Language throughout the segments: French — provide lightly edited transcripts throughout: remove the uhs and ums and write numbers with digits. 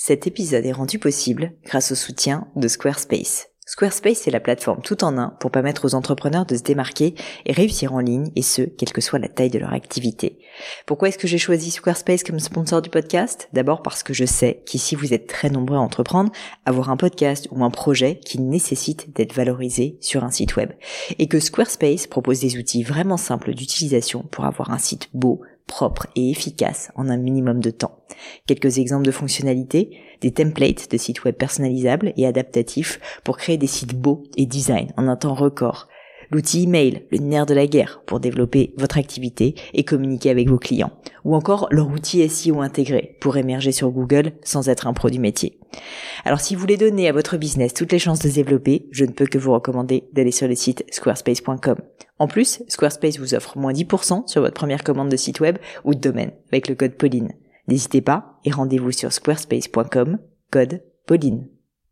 Cet épisode est rendu possible grâce au soutien de Squarespace. Squarespace est la plateforme tout en un pour permettre aux entrepreneurs de se démarquer et réussir en ligne, et ce, quelle que soit la taille de leur activité. Pourquoi est-ce que j'ai choisi Squarespace comme sponsor du podcast ? D'abord parce que je sais qu'ici vous êtes très nombreux à entreprendre, avoir un podcast ou un projet qui nécessite d'être valorisé sur un site web. Et que Squarespace propose des outils vraiment simples d'utilisation pour avoir un site beau, propre et efficace en un minimum de temps. Quelques exemples de fonctionnalités, des templates de sites web personnalisables et adaptatifs pour créer des sites beaux et design en un temps record. L'outil email, le nerf de la guerre pour développer votre activité et communiquer avec vos clients. Ou encore leur outil SEO intégré pour émerger sur Google sans être un pro du métier. Alors si vous voulez donner à votre business toutes les chances de se développer, je ne peux que vous recommander d'aller sur le site squarespace.com. En plus, Squarespace vous offre moins 10% sur votre première commande de site web ou de domaine avec le code Pauline. N'hésitez pas et rendez-vous sur squarespace.com, code Pauline.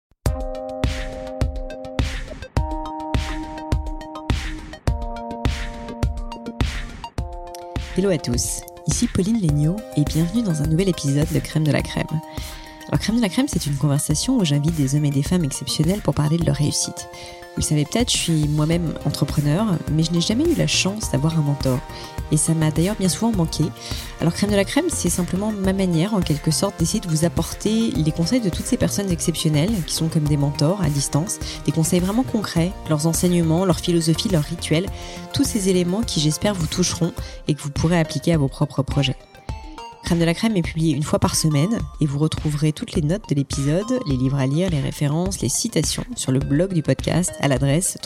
Hello à tous, ici Pauline Léniaud et bienvenue dans un nouvel épisode de Crème de la Crème. Alors Crème de la Crème, c'est une conversation où j'invite des hommes et des femmes exceptionnels pour parler de leur réussite. Vous le savez peut-être, je suis moi-même entrepreneur, mais je n'ai jamais eu la chance d'avoir un mentor. Et ça m'a d'ailleurs bien souvent manqué. Alors Crème de la Crème, c'est simplement ma manière, en quelque sorte, d'essayer de vous apporter les conseils de toutes ces personnes exceptionnelles, qui sont comme des mentors à distance, des conseils vraiment concrets, leurs enseignements, leur philosophie, leurs rituels, tous ces éléments qui j'espère vous toucheront et que vous pourrez appliquer à vos propres projets. Crème de la Crème est publié une fois par semaine et vous retrouverez toutes les notes de l'épisode, les livres à lire, les références, les citations sur le blog du podcast à l'adresse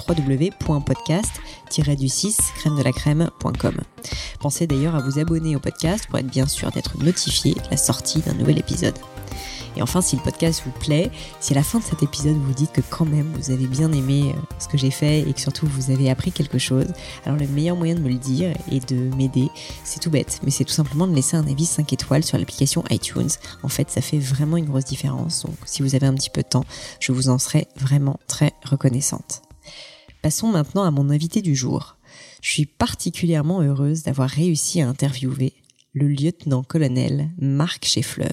www.podcast-crèmedelacrème.com. Pensez d'ailleurs à vous abonner au podcast pour être bien sûr d'être notifié de la sortie d'un nouvel épisode. Et enfin, si le podcast vous plaît, si à la fin de cet épisode vous dites que quand même vous avez bien aimé ce que j'ai fait et que surtout vous avez appris quelque chose, alors le meilleur moyen de me le dire et de m'aider, c'est tout bête, mais c'est tout simplement de laisser un avis 5 étoiles sur l'application iTunes. En fait, ça fait vraiment une grosse différence, donc si vous avez un petit peu de temps, je vous en serai vraiment très reconnaissante. Passons maintenant à mon invité du jour. Je suis particulièrement heureuse d'avoir réussi à interviewer le lieutenant-colonel Marc Scheffler.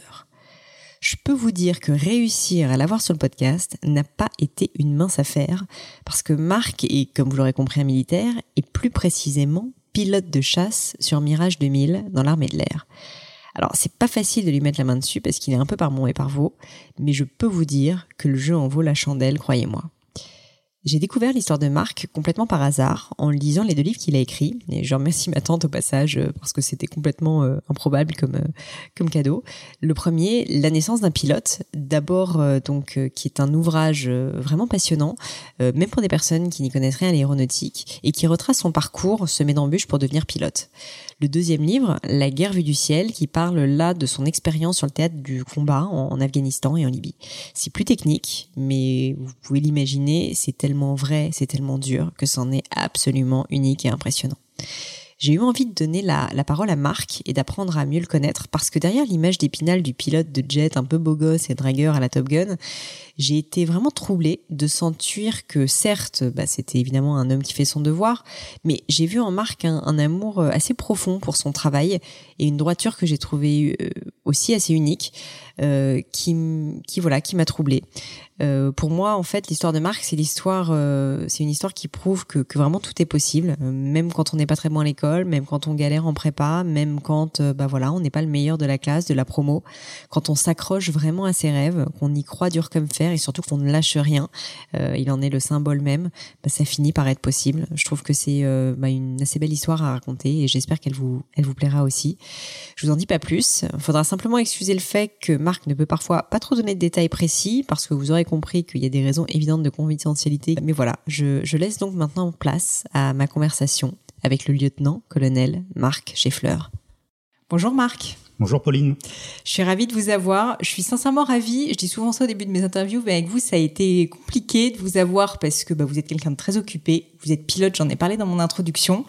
Je peux vous dire que réussir à l'avoir sur le podcast n'a pas été une mince affaire parce que Marc est, comme vous l'aurez compris, un militaire et plus précisément pilote de chasse sur Mirage 2000 dans l'armée de l'air. Alors c'est pas facile de lui mettre la main dessus parce qu'il est un peu par bon et par veau, mais je peux vous dire que le jeu en vaut la chandelle, croyez-moi. J'ai découvert l'histoire de Marc complètement par hasard en lisant les 2 livres qu'il a écrits. Et je remercie ma tante au passage parce que c'était complètement improbable comme cadeau. Le premier, La naissance d'un pilote, d'abord qui est un ouvrage vraiment passionnant, même pour des personnes qui n'y connaissent rien à l'aéronautique et qui retrace son parcours semé d'embûches pour devenir pilote. Le deuxième livre, La guerre vue du ciel, qui parle là de son expérience sur le théâtre du combat en Afghanistan et en Libye. C'est plus technique, mais vous pouvez l'imaginer, c'est tellement vrai, c'est tellement dur que c'en est absolument unique et impressionnant. J'ai eu envie de donner la parole à Marc et d'apprendre à mieux le connaître parce que derrière l'image d'Épinal du pilote de jet un peu beau gosse et dragueur à la Top Gun, j'ai été vraiment troublée de sentir que certes, c'était évidemment un homme qui fait son devoir, mais j'ai vu en Marc un amour assez profond pour son travail et une droiture que j'ai trouvée aussi assez unique, qui m'a troublée. Pour moi, en fait, l'histoire de Marc, c'est une histoire qui prouve que vraiment tout est possible, même quand on n'est pas très bon à l'école, même quand on galère en prépa, même quand on n'est pas le meilleur de la classe, de la promo, quand on s'accroche vraiment à ses rêves, qu'on y croit dur comme fer et surtout qu'on ne lâche rien, il en est le symbole même, ça finit par être possible. Je trouve que c'est une assez belle histoire à raconter et j'espère qu'elle vous plaira aussi. Je vous en dis pas plus, il faudra simplement excuser le fait que Marc ne peut parfois pas trop donner de détails précis parce que vous aurez compris qu'il y a des raisons évidentes de confidentialité. Mais voilà, je laisse donc maintenant place à ma conversation avec le lieutenant-colonel Marc Scheffler. Bonjour Marc. Bonjour Pauline. Je suis ravie de vous avoir. Je suis sincèrement ravie. Je dis souvent ça au début de mes interviews, mais avec vous, ça a été compliqué de vous avoir parce que vous êtes quelqu'un de très occupé. Vous êtes pilote, j'en ai parlé dans mon introduction,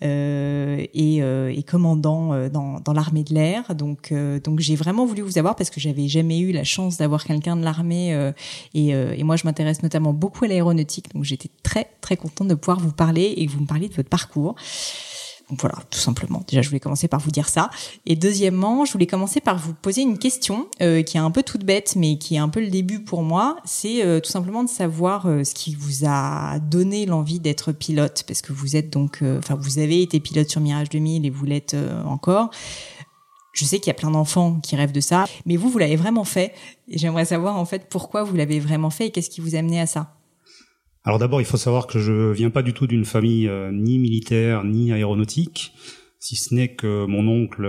et commandant dans l'armée de l'air. Donc j'ai vraiment voulu vous avoir parce que j'avais jamais eu la chance d'avoir quelqu'un de l'armée. Et moi, je m'intéresse notamment beaucoup à l'aéronautique. Donc j'étais très très contente de pouvoir vous parler et que vous me parliez de votre parcours. Donc voilà, tout simplement. Déjà, je voulais commencer par vous dire ça. Et deuxièmement, je voulais commencer par vous poser une question qui est un peu toute bête, mais qui est un peu le début pour moi. C'est tout simplement de savoir ce qui vous a donné l'envie d'être pilote, parce que vous êtes donc, vous avez été pilote sur Mirage 2000 et vous l'êtes encore. Je sais qu'il y a plein d'enfants qui rêvent de ça, mais vous l'avez vraiment fait. Et j'aimerais savoir en fait pourquoi vous l'avez vraiment fait et qu'est-ce qui vous a amené à ça. Alors d'abord, il faut savoir que je viens pas du tout d'une famille ni militaire ni aéronautique, si ce n'est que mon oncle,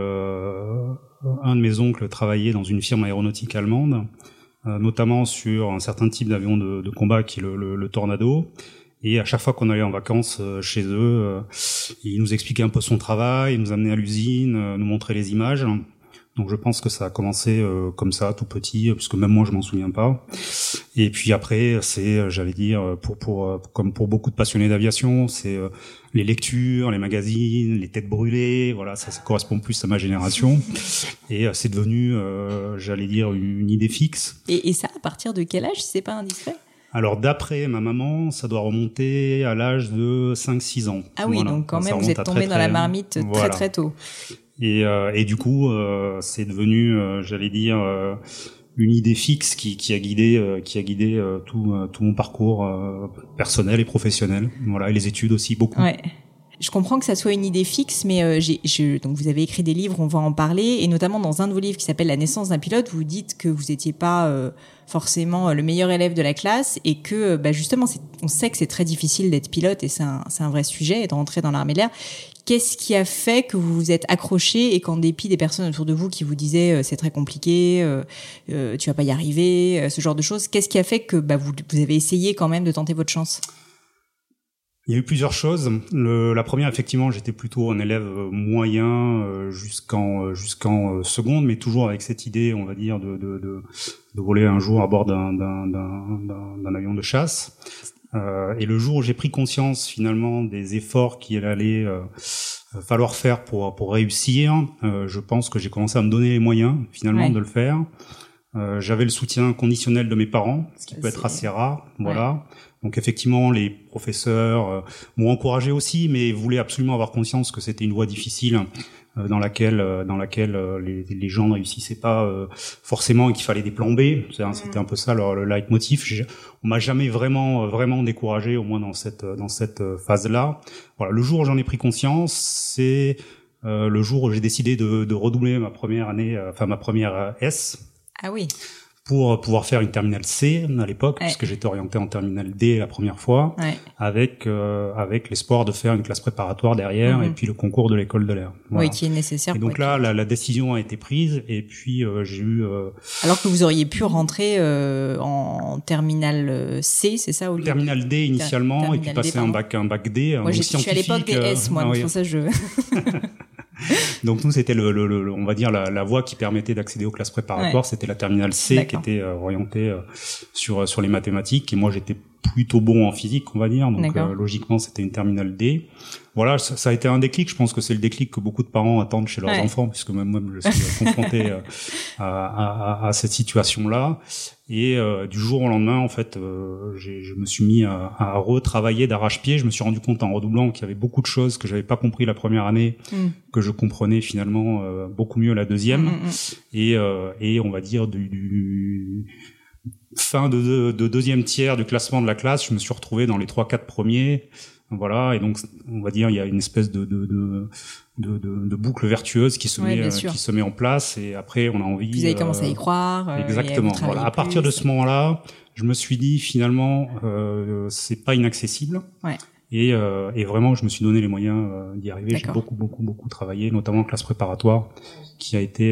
un de mes oncles travaillait dans une firme aéronautique allemande, notamment sur un certain type d'avion de combat qui est le Tornado. Et à chaque fois qu'on allait en vacances chez eux, il nous expliquait un peu son travail, il nous amenait à l'usine, nous montrait les images. Donc je pense que ça a commencé comme ça, tout petit, parce que même moi je m'en souviens pas. Et puis après, c'est, j'allais dire, comme pour beaucoup de passionnés d'aviation, c'est les lectures, les magazines, les têtes brûlées. Voilà, ça correspond plus à ma génération. Et c'est devenu, j'allais dire, une idée fixe. Et ça, à partir de quel âge, si c'est pas indiscret ? Alors d'après ma maman, ça doit remonter à l'âge de 5-6 ans. Ah oui, voilà. Donc quand même vous êtes tombé dans la marmite très très tôt. Et du coup, c'est devenu, j'allais dire, une idée fixe qui a guidé tout mon parcours personnel et professionnel. Voilà, et les études aussi beaucoup. Ouais. Je comprends que ça soit une idée fixe, mais donc vous avez écrit des livres, on va en parler, et notamment dans un de vos livres qui s'appelle La naissance d'un pilote, vous dites que vous n'étiez pas forcément le meilleur élève de la classe, et que justement, on sait que c'est très difficile d'être pilote, et c'est un vrai sujet, et de rentrer dans l'armée de l'air. Qu'est-ce qui a fait que vous vous êtes accroché et qu'en dépit des personnes autour de vous qui vous disaient c'est très compliqué, tu vas pas y arriver, ce genre de choses, qu'est-ce qui a fait que vous avez essayé quand même de tenter votre chance ? Il y a eu plusieurs choses. La première, effectivement, j'étais plutôt un élève moyen jusqu'en seconde, mais toujours avec cette idée, on va dire, de voler un jour à bord d'un avion de chasse. Et le jour où j'ai pris conscience finalement des efforts qu'il allait falloir faire pour réussir, je pense que j'ai commencé à me donner les moyens finalement de le faire. J'avais le soutien conditionnel de mes parents, ce qui peut être assez rare, voilà. Ouais. Donc effectivement, les professeurs m'ont encouragé aussi, mais voulaient absolument avoir conscience que c'était une voie difficile dans laquelle les gens ne réussissaient pas forcément et qu'il fallait des plans B. C'était un peu ça le leitmotiv. On m'a jamais vraiment découragé, au moins dans cette phase-là. Voilà, le jour où j'en ai pris conscience, c'est le jour où j'ai décidé de redoubler ma première année, ma première S. Ah oui. Pour pouvoir faire une terminale C à l'époque, puisque j'étais orienté en terminale D la première fois, avec l'espoir de faire une classe préparatoire derrière et puis le concours de l'école de l'air. Voilà. Oui, qui est nécessaire. Et donc là, la décision a été prise et puis j'ai eu. Alors que vous auriez pu rentrer en terminale C, c'est ça, au lieu terminale D initialement et puis passer un bac D. Moi, je suis à l'époque des S, moi, donc pour ça je. Donc nous, c'était on va dire la voie qui permettait d'accéder aux classes préparatoires, c'était la terminale C qui était orientée sur les mathématiques, et moi j'étais plutôt bon en physique, on va dire, donc logiquement c'était une terminale D. Voilà, ça a été un déclic, je pense que c'est le déclic que beaucoup de parents attendent chez leurs enfants, puisque même moi je suis confronté à cette situation-là. Et du jour au lendemain, en fait, je me suis mis à retravailler d'arrache-pied. Je me suis rendu compte en redoublant qu'il y avait beaucoup de choses que j'avais pas compris la première année, que je comprenais finalement beaucoup mieux la deuxième. Et on va dire du fin de deuxième tiers du classement de la classe, je me suis retrouvé dans les 3-4 premiers. Voilà, et donc on va dire il y a une espèce de boucle vertueuse qui se met en place, et après on a envie. Vous avez commencé à y croire. Exactement. Voilà. À partir de ce moment-là, je me suis dit finalement c'est pas inaccessible. Ouais. Et vraiment je me suis donné les moyens d'y arriver. J'ai beaucoup travaillé, notamment en classe préparatoire, qui a été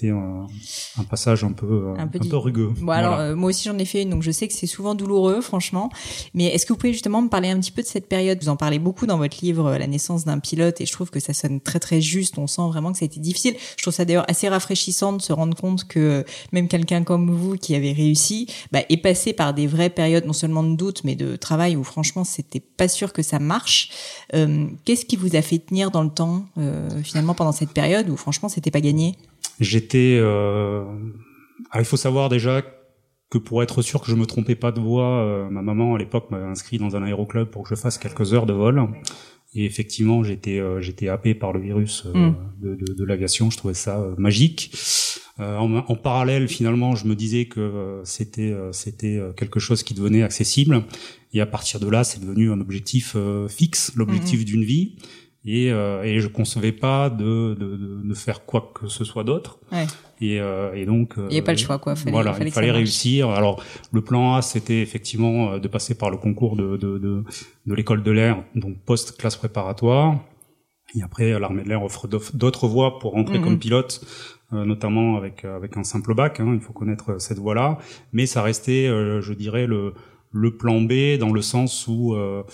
un passage un peu rugueux. Bon, voilà. Alors moi aussi j'en ai fait une, donc je sais que c'est souvent douloureux, franchement. Mais est-ce que vous pouvez justement me parler un petit peu de cette période ? Vous en parlez beaucoup dans votre livre La naissance d'un pilote, et je trouve que ça sonne très très juste. On sent vraiment que ça a été difficile. Je trouve ça d'ailleurs assez rafraîchissant de se rendre compte que même quelqu'un comme vous qui avait réussi est passé par des vraies périodes, non seulement de doute mais de travail, où franchement c'était pas sûr que ça marche. Qu'est-ce qui vous a fait tenir dans le temps finalement pendant cette période où franchement c'était pas gagné ? J'étais. Alors il faut savoir déjà que pour être sûr que je me trompais pas de voie, ma maman à l'époque m'avait inscrit dans un aéroclub pour que je fasse quelques heures de vol. Et effectivement, j'étais happé par le virus de l'aviation. Je trouvais ça magique. En parallèle, finalement, je me disais que c'était quelque chose qui devenait accessible. Et à partir de là, c'est devenu un objectif fixe, l'objectif d'une vie. Et je concevais pas de faire quoi que ce soit d'autre. Ouais. Et donc il n'y a pas le choix, quoi. Il fallait réussir. Alors le plan A, c'était effectivement de passer par le concours de l'école de l'air, donc post classe préparatoire. Et après, l'armée de l'air offre d'autres voies pour rentrer comme pilote, notamment avec un simple bac. Il faut connaître cette voie-là, mais ça restait, je dirais, le plan B, dans le sens où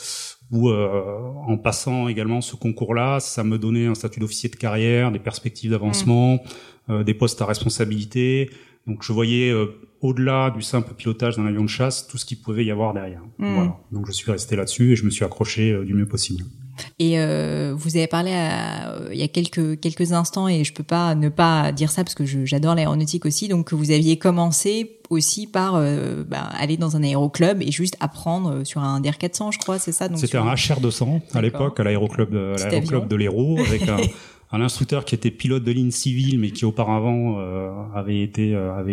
en passant également ce concours-là, ça me donnait un statut d'officier de carrière, des perspectives d'avancement, des postes à responsabilité. Donc je voyais au-delà du simple pilotage d'un avion de chasse tout ce qu'il pouvait y avoir derrière. Voilà. Donc je suis resté là-dessus et je me suis accroché du mieux possible. Et vous avez parlé il y a quelques instants, et je peux pas ne pas dire ça parce que j'adore l'aéronautique aussi, donc que vous aviez commencé aussi par aller dans un aéroclub et juste apprendre sur un DR400, je crois, c'est ça? Donc c'était un HR200 à l'époque, à l'aéroclub de l'Hérault, avec un instructeur qui était pilote de ligne civile, mais qui auparavant avait été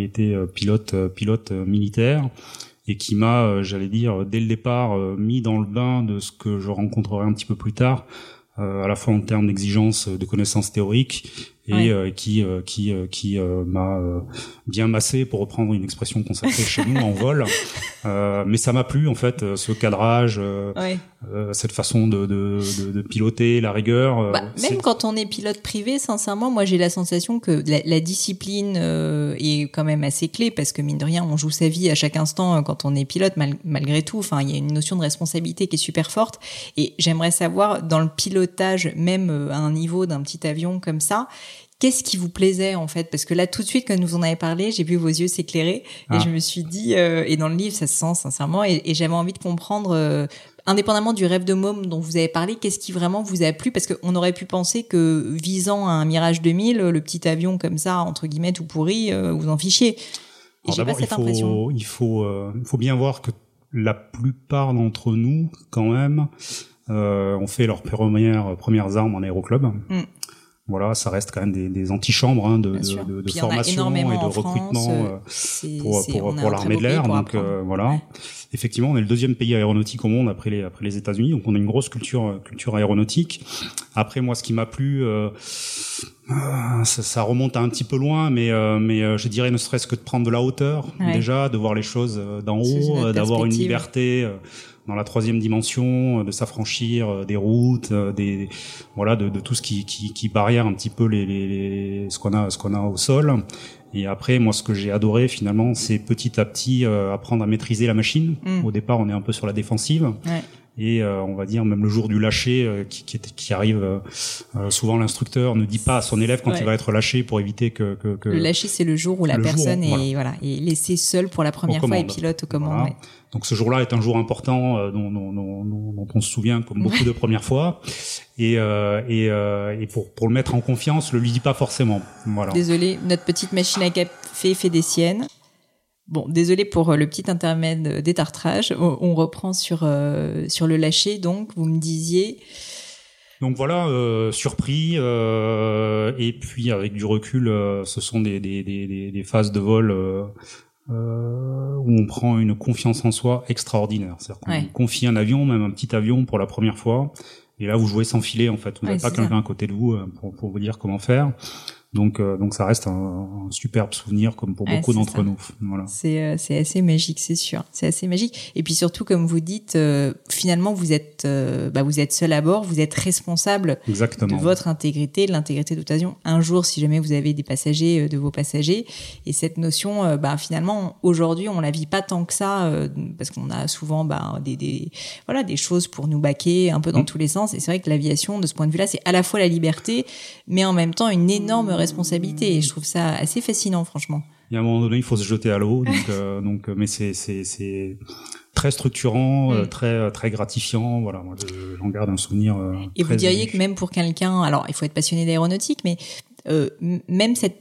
pilote militaire, et qui m'a, j'allais dire, dès le départ, mis dans le bain de ce que je rencontrerai un petit peu plus tard, à la fois en termes d'exigence de connaissances théoriques, et qui m'a bien massé, pour reprendre une expression consacrée chez nous en vol. Mais ça m'a plu, en fait, ce cadrage, cette façon de piloter, la rigueur. Même quand on est pilote privé, sincèrement, moi j'ai la sensation que la discipline est quand même assez clé, parce que mine de rien, on joue sa vie à chaque instant quand on est pilote, malgré tout. Enfin, il y a une notion de responsabilité qui est super forte. Et j'aimerais savoir, dans le pilotage, même à un niveau d'un petit avion comme ça, qu'est-ce qui vous plaisait, en fait? Parce que là, tout de suite, quand vous en avez parlé, j'ai vu vos yeux s'éclairer, et je me suis dit, et dans le livre, ça se sent sincèrement, et j'avais envie de comprendre, indépendamment du rêve de môme dont vous avez parlé, qu'est-ce qui vraiment vous a plu? Parce qu'on aurait pu penser que, visant un Mirage 2000, le petit avion comme ça, entre guillemets, tout pourri, vous en fichiez. Et j'ai pas cette impression. Il faut bien voir que la plupart d'entre nous, quand même, ont fait leurs premières armes en aéroclub. Voilà, ça reste quand même des antichambres de formation et de recrutement pour l'armée de l'air. Donc voilà. Effectivement, on est le deuxième pays aéronautique au monde après les États-Unis, donc on a une grosse culture aéronautique. Après, moi, ce qui m'a plu, ça remonte à un petit peu loin, mais je dirais ne serait-ce que de prendre de la hauteur, déjà, de voir les choses d'en haut, d'avoir une liberté dans la troisième dimension, de s'affranchir des routes, de tout ce qui barrière un petit peu ce qu'on a au sol. Et après, moi, ce que j'ai adoré finalement, c'est petit à petit apprendre à maîtriser la machine. Au départ, on est un peu sur la défensive. Et on va dire même le jour du lâcher qui arrive, souvent l'instructeur ne dit pas à son élève quand il va être lâché, pour éviter que le lâcher, c'est le jour où la personne est laissée seule pour la première fois et pilote aux commandes. Voilà. Donc ce jour-là est un jour important dont on se souvient comme beaucoup de premières fois, et pour le mettre en confiance, le lui dit pas forcément. Voilà. Désolé, notre petite machine à café fait des siennes. Bon, désolé pour le petit intermède d'étartrage. On reprend sur le lâcher. Donc, vous me disiez. Donc voilà, surpris, et puis avec du recul, ce sont des phases de vol où on prend une confiance en soi extraordinaire. C'est-à-dire qu'on confie un avion, même un petit avion, pour la première fois. Et là, vous jouez sans filet, en fait. Vous n'avez pas quelqu'un à côté de vous pour vous dire comment faire. Donc ça reste un superbe souvenir, comme pour beaucoup d'entre nous. Voilà. C'est assez magique, c'est sûr. C'est assez magique. Et puis surtout, comme vous dites, finalement, vous êtes seul à bord, vous êtes responsable de votre intégrité, de l'intégrité de votre avion. Un jour, si jamais vous avez des passagers, de vos passagers, et cette notion, finalement, aujourd'hui, on la vit pas tant que ça, parce qu'on a souvent des choses pour nous baquer un peu dans tous les sens. Et c'est vrai que l'aviation, de ce point de vue-là, c'est à la fois la liberté, mais en même temps une énorme responsabilité, et je trouve ça assez fascinant, franchement. Il y a un moment donné, il faut se jeter à l'eau, mais c'est très structurant, très gratifiant. Voilà, moi j'en garde un souvenir. Et vous diriez que même pour quelqu'un, alors il faut être passionné d'aéronautique, mais même cette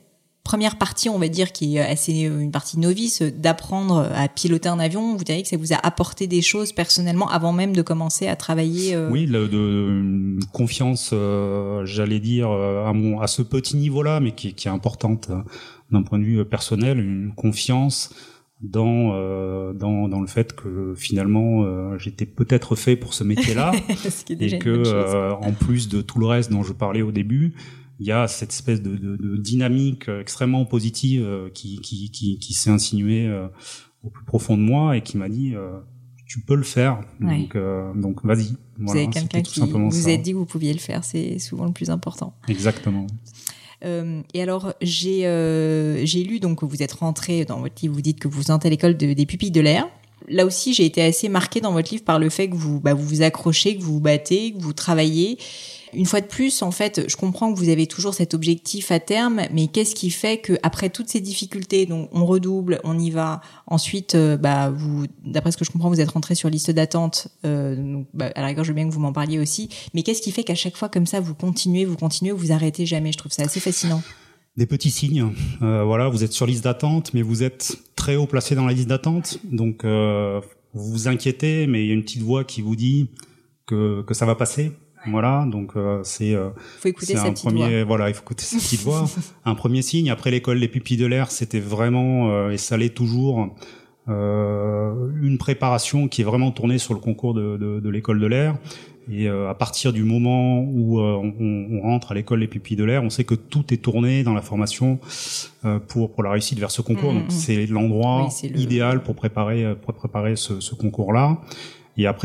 première partie, on va dire, qui est assez une partie novice, d'apprendre à piloter un avion, vous diriez que ça vous a apporté des choses personnellement avant même de commencer à travailler Oui, une confiance, j'allais dire, à ce petit niveau-là, mais qui est importante d'un point de vue personnel, une confiance dans le fait que finalement j'étais peut-être fait pour ce métier-là et que en plus de tout le reste dont je parlais au début, il y a cette espèce de dynamique extrêmement positive qui s'est insinuée au plus profond de moi et qui m'a dit tu peux le faire. Ouais. Donc vas-y. Vous avez quelqu'un qui vous a dit que vous pouviez le faire, c'est souvent le plus important. Exactement. Et alors j'ai lu donc que vous êtes rentré dans votre livre, vous dites que vous êtes à l'école des pupilles de l'air. Là aussi, j'ai été assez marquée dans votre livre par le fait que vous vous accrochez, que vous vous battez, que vous travaillez. Une fois de plus, en fait, je comprends que vous avez toujours cet objectif à terme, mais qu'est-ce qui fait que après toutes ces difficultés, donc on redouble, on y va. Ensuite, vous, d'après ce que je comprends, vous êtes rentré sur liste d'attente. Donc, à la rigueur, je veux bien que vous m'en parliez aussi. Mais qu'est-ce qui fait qu'à chaque fois comme ça, vous continuez, vous arrêtez jamais? Je trouve ça assez fascinant. Des petits signes. Voilà, vous êtes sur liste d'attente, mais vous êtes très haut placé dans la liste d'attente. Donc, vous vous inquiétez, mais il y a une petite voix qui vous dit que ça va passer. Voilà, donc faut écouter sa petite voix. Voilà, il faut écouter sa petite voix. Un premier signe. Après l'école des pupilles de l'air, c'était vraiment et ça l'est toujours une préparation qui est vraiment tournée sur le concours de l'école de l'air. Et à partir du moment où on rentre à l'école des pupilles de l'air, on sait que tout est tourné dans la formation pour la réussite vers ce concours. Donc c'est l'endroit idéal pour préparer ce concours-là. Et après,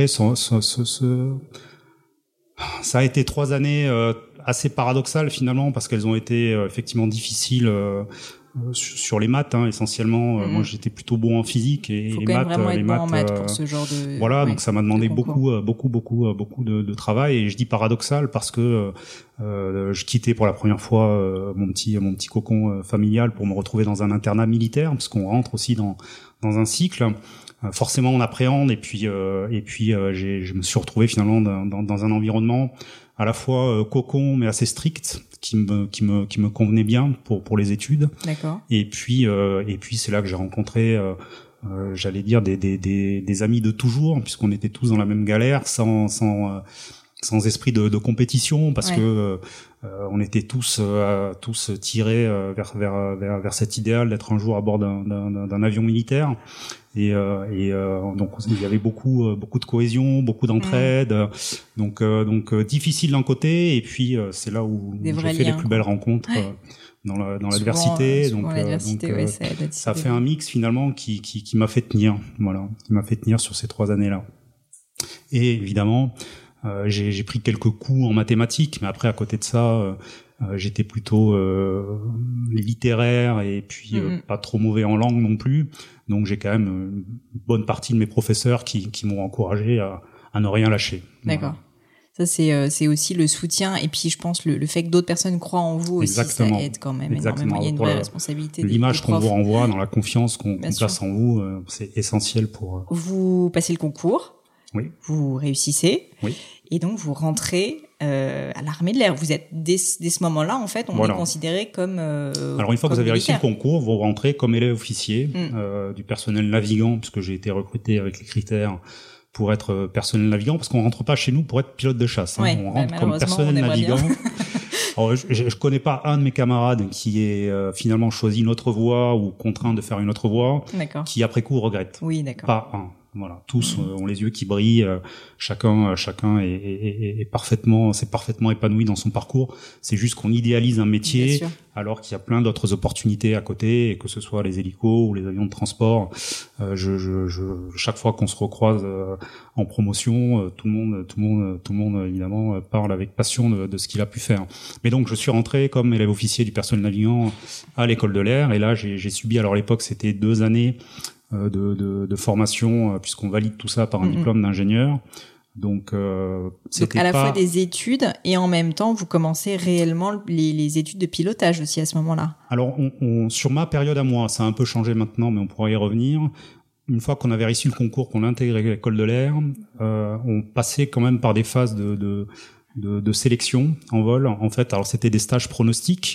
ça a été 3 années assez paradoxales finalement parce qu'elles ont été effectivement difficiles sur les maths essentiellement. Moi j'étais plutôt bon en physique et faut les quand maths, même vraiment les être maths bon en maths pour ce genre de voilà, donc ça m'a demandé beaucoup de travail et je dis paradoxal parce que je quittais pour la première fois mon petit cocon familial pour me retrouver dans un internat militaire parce qu'on rentre aussi dans un cycle. Forcément on appréhende et puis je me suis retrouvé finalement dans un environnement à la fois cocon mais assez strict qui me convenait bien pour les études. D'accord. Et puis c'est là que j'ai rencontré j'allais dire des amis de toujours puisqu'on était tous dans la même galère sans esprit de compétition parce que on était tous tirés vers cet idéal d'être un jour à bord d'un avion militaire et donc il y avait beaucoup de cohésion, beaucoup d'entraide, donc difficile d'un côté et puis c'est là où j'ai fait les plus belles rencontres dans l'adversité. Donc ça fait un mix finalement qui m'a fait tenir, voilà, qui m'a fait tenir sur ces 3 années-là. Et évidemment j'ai pris quelques coups en mathématiques, mais après à côté de ça j'étais plutôt littéraire et puis pas trop mauvais en langue non plus, donc j'ai quand même une bonne partie de mes professeurs qui m'ont encouragé à ne rien lâcher. D'accord. Voilà. Ça c'est aussi le soutien et puis je pense le fait que d'autres personnes croient en vous aussi. Exactement. Ça aide quand même Exactement. énormément. Il y a une vraie responsabilité. L'image qu'on vous renvoie, dans la confiance qu'on place en vous, c'est essentiel pour. Vous passez le concours. Oui. Vous réussissez. Oui. Et donc vous rentrez à l'armée de l'air. Vous êtes dès ce moment-là, en fait, on est considéré comme. Alors une fois que vous avez réussi le concours, vous rentrez comme élève officier du personnel navigant, puisque j'ai été recruté avec les critères pour être personnel navigant, parce qu'on rentre pas chez nous pour être pilote de chasse. Ouais, on rentre comme personnel navigant. Alors, je connais pas un de mes camarades qui ait finalement choisi une autre voie ou contraint de faire une autre voie, qui après coup regrette. Oui, d'accord. Pas un. Voilà, tous ont les yeux qui brillent, chacun est parfaitement épanoui dans son parcours. C'est juste qu'on idéalise un métier alors qu'il y a plein d'autres opportunités à côté, et que ce soit les hélicos ou les avions de transport. Chaque fois qu'on se recroise en promotion, tout le monde évidemment parle avec passion de ce qu'il a pu faire. Mais donc je suis rentré comme élève officier du personnel navigant à l'école de l'air, et là j'ai subi, alors à l'époque c'était 2 années de formation, puisqu'on valide tout ça par un diplôme d'ingénieur. Donc c'était à la fois des études et en même temps vous commencez réellement les études de pilotage aussi à ce moment-là. Alors sur ma période à moi, ça a un peu changé maintenant, mais on pourra y revenir. Une fois qu'on avait réussi le concours, qu'on a intégré l'école de l'air, on passait quand même par des phases de sélection en vol. En fait, alors c'était des stages pronostiques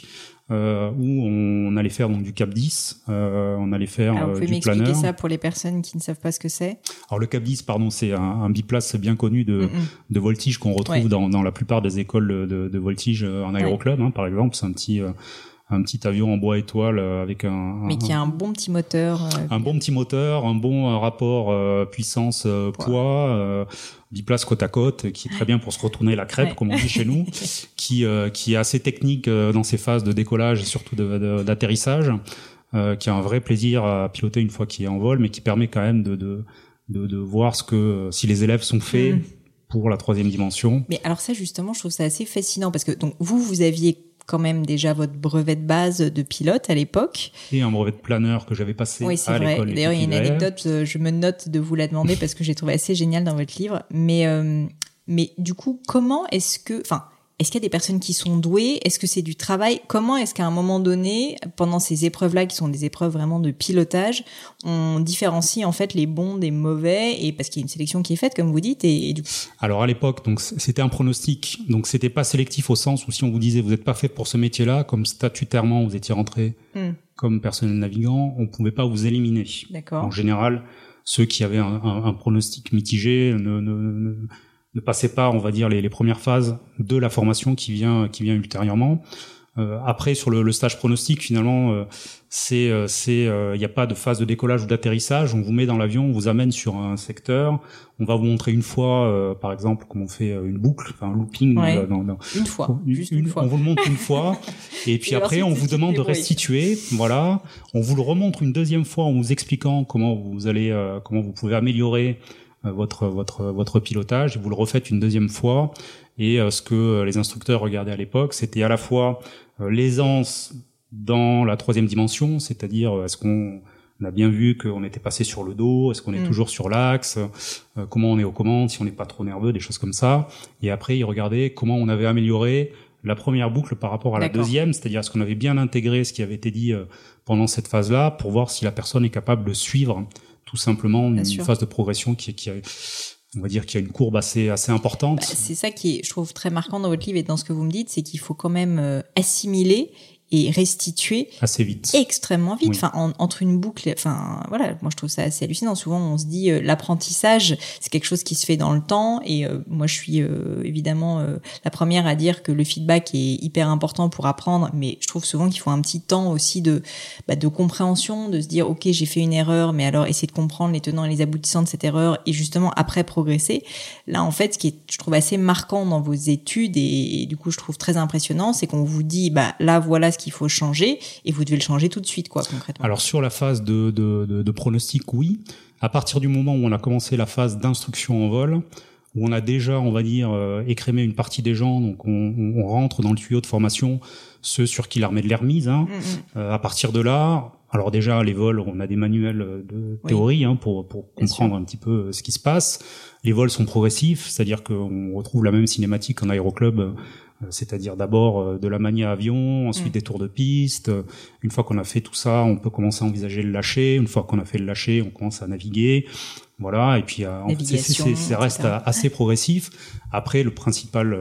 où on allait faire donc du cap 10, on allait faire Alors, vous pouvez du m'expliquer planeur. ça pour les personnes qui ne savent pas ce que c'est? Alors le cap 10, pardon, c'est un biplace bien connu de voltige qu'on retrouve dans la plupart des écoles de voltige en aéroclub, par exemple. C'est un petit avion en bois étoile avec mais qui a un bon petit moteur. Un bon petit moteur, un bon rapport puissance poids, biplace côte à côte, qui est très bien pour se retourner la crêpe, comme on dit chez nous, qui est assez technique dans ses phases de décollage et surtout d'atterrissage, qui a un vrai plaisir à piloter une fois qu'il est en vol, mais qui permet quand même de voir si les élèves sont faits pour la 3e dimension. Mais alors ça, justement, je trouve ça assez fascinant parce que donc vous aviez quand même déjà votre brevet de base de pilote à l'époque. Et un brevet de planeur que j'avais passé oui, c'est à vrai. l'école. D'ailleurs, il y a une anecdote, je me note de vous la demander parce que j'ai trouvé assez génial dans votre livre. Mais du coup, comment est-ce qu'il y a des personnes qui sont douées? Est-ce que c'est du travail? Comment est-ce qu'à un moment donné, pendant ces épreuves-là, qui sont des épreuves vraiment de pilotage, on différencie en fait les bons des mauvais, et parce qu'il y a une sélection qui est faite, comme vous dites, et du coup... Alors à l'époque, donc c'était un pronostic, donc c'était pas sélectif au sens où si on vous disait vous n'êtes pas fait pour ce métier-là, comme statutairement vous étiez rentré comme personnel navigant, on pouvait pas vous éliminer. D'accord. En général, ceux qui avaient un pronostic mitigé ne passez pas, on va dire, les premières phases de la formation qui vient ultérieurement. Après, sur le stage pronostic, finalement, il n'y a pas de phase de décollage ou d'atterrissage. On vous met dans l'avion, on vous amène sur un secteur. On va vous montrer une fois, par exemple, comment on fait une boucle, un looping. Ouais. Une fois, juste une fois. On vous le montre une fois. Et puis après, on vous demande de restituer. Voilà. On vous le remontre une deuxième fois en vous expliquant comment vous pouvez améliorer votre pilotage, et vous le refaites une deuxième fois. Et ce que les instructeurs regardaient à l'époque, c'était à la fois l'aisance dans la 3e dimension, c'est-à-dire est-ce qu'on a bien vu qu'on était passé sur le dos, est-ce qu'on est toujours sur l'axe, comment on est aux commandes, si on n'est pas trop nerveux, des choses comme ça. Et après, ils regardaient comment on avait amélioré la première boucle par rapport à la deuxième, c'est-à-dire est-ce qu'on avait bien intégré ce qui avait été dit pendant cette phase-là, pour voir si la personne est capable de suivre tout simplement une phase de progression qui a, on va dire, qu'il y a une courbe assez importante. C'est ça qui est, je trouve, très marquant dans votre livre et dans ce que vous me dites, c'est qu'il faut quand même assimiler et restituer assez vite, extrêmement vite. Oui. Enfin, entre une boucle, enfin voilà, moi je trouve ça assez hallucinant. Souvent on se dit l'apprentissage c'est quelque chose qui se fait dans le temps, et moi je suis évidemment la première à dire que le feedback est hyper important pour apprendre, mais je trouve souvent qu'il faut un petit temps aussi de compréhension, de se dire ok, j'ai fait une erreur, mais alors essayer de comprendre les tenants et les aboutissants de cette erreur et justement après progresser. Là en fait, ce qui est, je trouve, assez marquant dans vos études et du coup je trouve très impressionnant, c'est qu'on vous dit là voilà ce qu'il faut changer, et vous devez le changer tout de suite, quoi, concrètement. Alors sur la phase de pronostic, oui. À partir du moment où on a commencé la phase d'instruction en vol, où on a déjà, on va dire, écrémé une partie des gens, donc on rentre dans le tuyau de formation, ceux sur qui l'armée de l'air mise. À partir de là, alors déjà les vols, on a des manuels de théorie pour comprendre un petit peu ce qui se passe. Les vols sont progressifs, c'est-à-dire qu'on retrouve la même cinématique en aéroclub. C'est-à-dire d'abord de la manie à avion, ensuite des tours de piste. Une fois qu'on a fait tout ça, on peut commencer à envisager le lâcher. Une fois qu'on a fait le lâcher, on commence à naviguer. Voilà, et puis ça reste assez progressif. Après, le principal,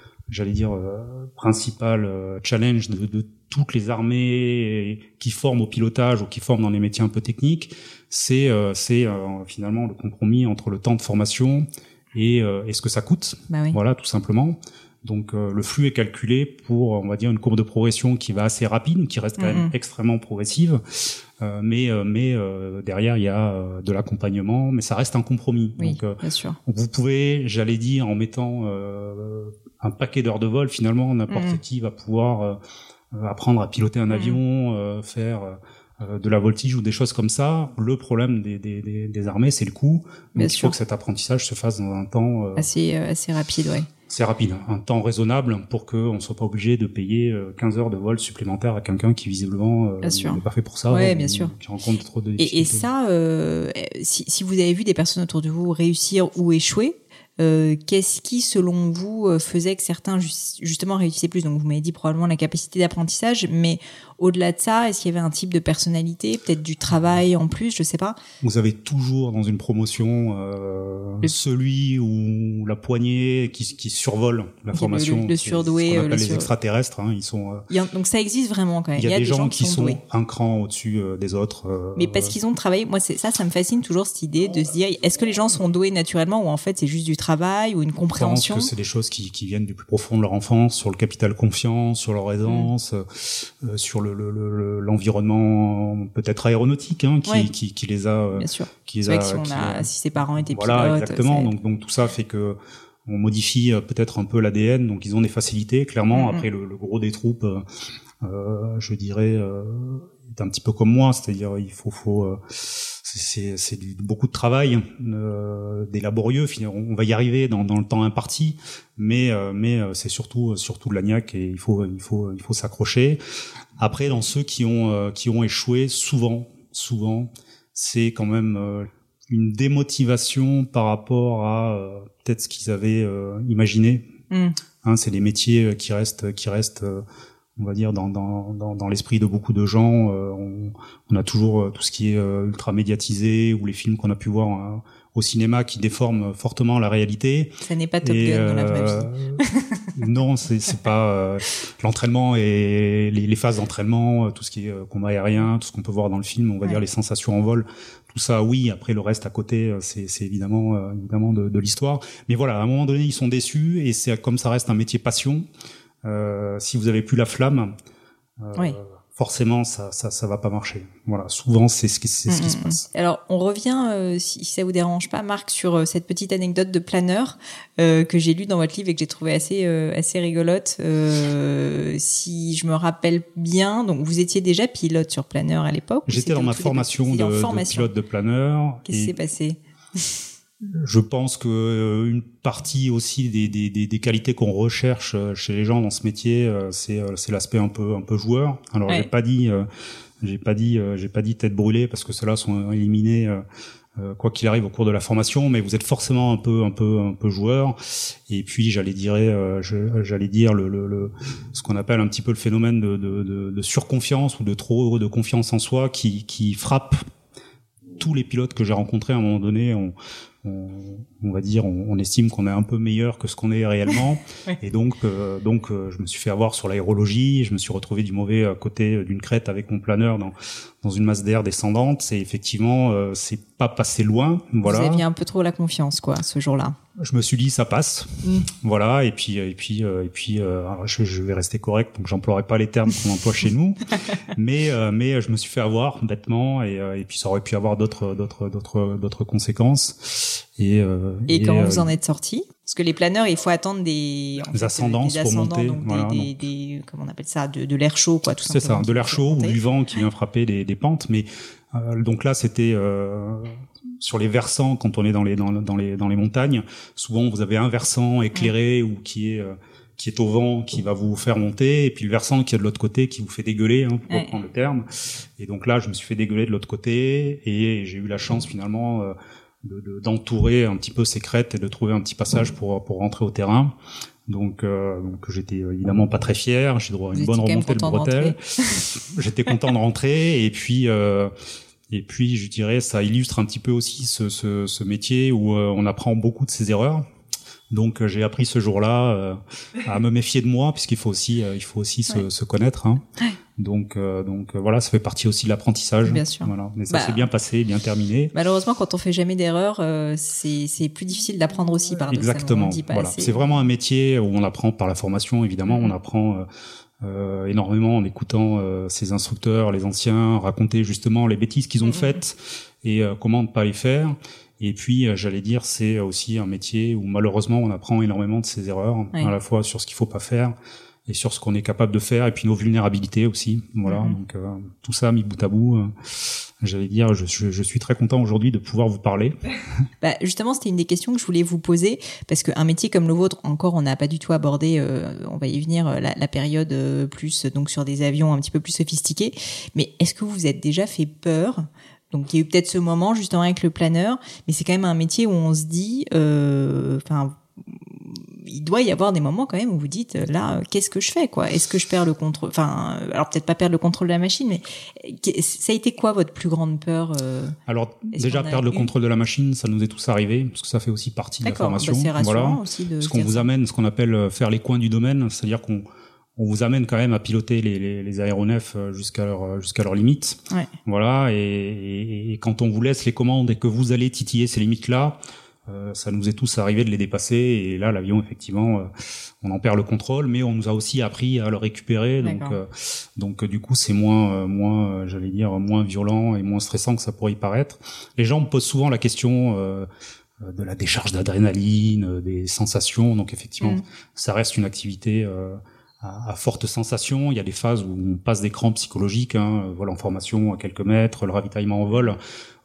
challenge de toutes les armées qui forment au pilotage ou qui forment dans les métiers un peu techniques, c'est finalement le compromis entre le temps de formation et ce que ça coûte. Voilà, tout simplement. Donc le flux est calculé pour, on va dire, une courbe de progression qui va assez rapide, qui reste quand même extrêmement progressive, mais derrière il y a de l'accompagnement, mais ça reste un compromis. Oui, donc bien sûr. vous pouvez, j'allais dire, en mettant un paquet d'heures de vol, finalement n'importe qui va pouvoir apprendre à piloter un avion, faire de la voltige ou des choses comme ça. Le problème des armées, c'est le coût. Donc il faut que cet apprentissage se fasse dans un temps assez rapide, ouais. C'est rapide, un temps raisonnable pour qu'on ne soit pas obligé de payer 15 heures de vol supplémentaires à quelqu'un qui visiblement n'est pas fait pour ça, bien sûr. Qui rencontre trop de difficultés. Et ça, si vous avez vu des personnes autour de vous réussir ou échouer, qu'est-ce qui, selon vous, faisait que certains justement réussissaient plus? Donc vous m'avez dit probablement la capacité d'apprentissage, mais au-delà de ça, est-ce qu'il y avait un type de personnalité, peut-être du travail en plus, je sais pas. Vous avez toujours dans une promotion celui ou la poignée qui survole la formation. Le surdoué, ce qu'on appelle les extraterrestres. Hein, ils sont. Donc ça existe vraiment quand même. Il y a des gens qui sont un cran au-dessus des autres. Mais parce qu'ils ont travaillé. Moi, ça me fascine toujours cette idée de se dire, est-ce que les gens sont doués naturellement ou en fait c'est juste du travail ou une compréhension? Je pense que c'est des choses qui viennent du plus profond de leur enfance, sur le capital confiance, sur leur aisance, sur l'environnement peut-être aéronautique, hein, qui les a. Bien sûr. Qui les a. Si ses parents étaient pilotes. Voilà, exactement. Donc tout ça fait que on modifie peut-être un peu l'ADN. Donc ils ont des facilités, clairement. Après le gros des troupes, je dirais, est un petit peu comme moi, c'est-à-dire il faut c'est beaucoup de travail, des laborieux. On va y arriver dans le temps imparti, mais c'est surtout de l'agnac et il faut s'accrocher. Après, dans ceux qui ont échoué, souvent, c'est quand même une démotivation par rapport à peut-être ce qu'ils avaient imaginé. Hein, c'est des métiers qui restent on va dire dans l'esprit de beaucoup de gens. On a toujours tout ce qui est ultra médiatisé ou les films qu'on a pu voir au cinéma qui déforment fortement la réalité. Ça n'est pas Top Gun dans la vraie vie. Non, c'est pas l'entraînement et les phases d'entraînement, tout ce qui est combat aérien, tout ce qu'on peut voir dans le film, on va dire les sensations en vol. Tout ça, oui. Après, le reste à côté, c'est évidemment de l'histoire. Mais voilà, à un moment donné, ils sont déçus et c'est comme ça reste un métier passion. Si vous avez plus la flamme, forcément ça va pas marcher. Voilà, souvent c'est ce qui se passe. Alors on revient, si ça vous dérange pas, Marc, sur cette petite anecdote de planeur que j'ai lue dans votre livre et que j'ai trouvé assez rigolote. Si je me rappelle bien, donc vous étiez déjà pilote sur planeur à l'époque. J'étais dans ma formation de pilote de planeur. Qu'est-ce qui s'est passé? Je pense que une partie aussi des qualités qu'on recherche chez les gens dans ce métier, c'est l'aspect un peu joueur. Alors j'ai pas dit tête brûlée parce que ceux-là sont éliminés quoi qu'il arrive au cours de la formation, mais vous êtes forcément un peu joueur. Et puis j'allais dire ce qu'on appelle un petit peu le phénomène de surconfiance ou de trop de confiance en soi qui frappe tous les pilotes que j'ai rencontrés. À un moment donné, on va dire, on estime qu'on est un peu meilleur que ce qu'on est réellement. Et donc, je me suis fait avoir sur l'aérologie. Je me suis retrouvé du mauvais côté d'une crête avec mon planeur dans une masse d'air descendante. Et effectivement, c'est pas passé loin. Voilà. Vous aviez un peu trop la confiance, quoi, ce jour-là. Je me suis dit, ça passe. Voilà. Et puis, alors je vais rester correct. Donc, j'emploierai pas les termes qu'on emploie chez nous. Mais je me suis fait avoir bêtement. Et puis, ça aurait pu avoir d'autres conséquences. Et comment vous en êtes sorti? Parce que les planeurs, il faut attendre des ascendances pour monter, donc voilà, des comment on appelle ça, de l'air chaud, quoi, tout simplement. C'est ça, de l'air chaud ou du vent qui vient frapper des pentes. Mais donc là, c'était sur les versants quand on est dans les montagnes. Souvent, vous avez un versant éclairé ou qui est au vent, qui va vous faire monter, et puis le versant qui est de l'autre côté, qui vous fait dégueuler, hein, pour reprendre le terme. Et donc là, je me suis fait dégueuler de l'autre côté, et j'ai eu la chance finalement d'entourer un petit peu ces crêtes et de trouver un petit passage pour rentrer au terrain. Donc j'étais évidemment pas très fier. J'ai droit à une bonne remontée de bretelles. J'étais content de rentrer, et puis je dirais ça illustre un petit peu aussi ce métier où on apprend beaucoup de ses erreurs. Donc j'ai appris ce jour-là à me méfier de moi, puisqu'il faut aussi se connaître, hein. Donc voilà, ça fait partie aussi de l'apprentissage. Bien sûr. Voilà, mais ça s'est bien passé, bien terminé. Malheureusement, quand on fait jamais d'erreur, c'est plus difficile d'apprendre aussi par exactement. Voilà, c'est vraiment un métier où on apprend par la formation, évidemment, on apprend énormément en écoutant ces instructeurs, les anciens, raconter justement les bêtises qu'ils ont faites et comment ne pas les faire. Et puis, j'allais dire, c'est aussi un métier où malheureusement on apprend énormément de ses erreurs, à la fois sur ce qu'il faut pas faire et sur ce qu'on est capable de faire, et puis nos vulnérabilités aussi. Voilà, donc tout ça mis bout à bout, j'allais dire, je suis très content aujourd'hui de pouvoir vous parler. Justement, c'était une des questions que je voulais vous poser, parce qu'un métier comme le vôtre, encore, on n'a pas du tout abordé, on va y venir, la période plus donc sur des avions un petit peu plus sophistiqués. Mais est-ce que vous vous êtes déjà fait peur? Donc il y a eu peut-être ce moment justement avec le planeur, mais c'est quand même un métier où on se dit, il doit y avoir des moments quand même où vous dites là, qu'est-ce que je fais quoi ? Est-ce que je perds le contrôle ? Enfin, alors peut-être pas perdre le contrôle de la machine, mais ça a été quoi votre plus grande peur ? Alors déjà perdre le contrôle de la machine, ça nous est tous arrivé parce que ça fait aussi partie de la formation. C'est rassurant aussi de ce qu'on vous amène, ce qu'on appelle faire les coins du domaine, c'est-à-dire qu'on vous amène quand même à piloter les aéronefs jusqu'à leur limite. Ouais. Voilà, et quand on vous laisse les commandes et que vous allez titiller ces limites-là, ça nous est tous arrivé de les dépasser, et là l'avion effectivement on en perd le contrôle, mais on nous a aussi appris à le récupérer, donc du coup c'est moins j'allais dire moins violent et moins stressant que ça pourrait y paraître. Les gens me posent souvent la question de la décharge d'adrénaline, des sensations, donc effectivement ça reste une activité à forte sensation. Il y a des phases où on passe des crampes psychologiques, vol en formation à quelques mètres, le ravitaillement en vol,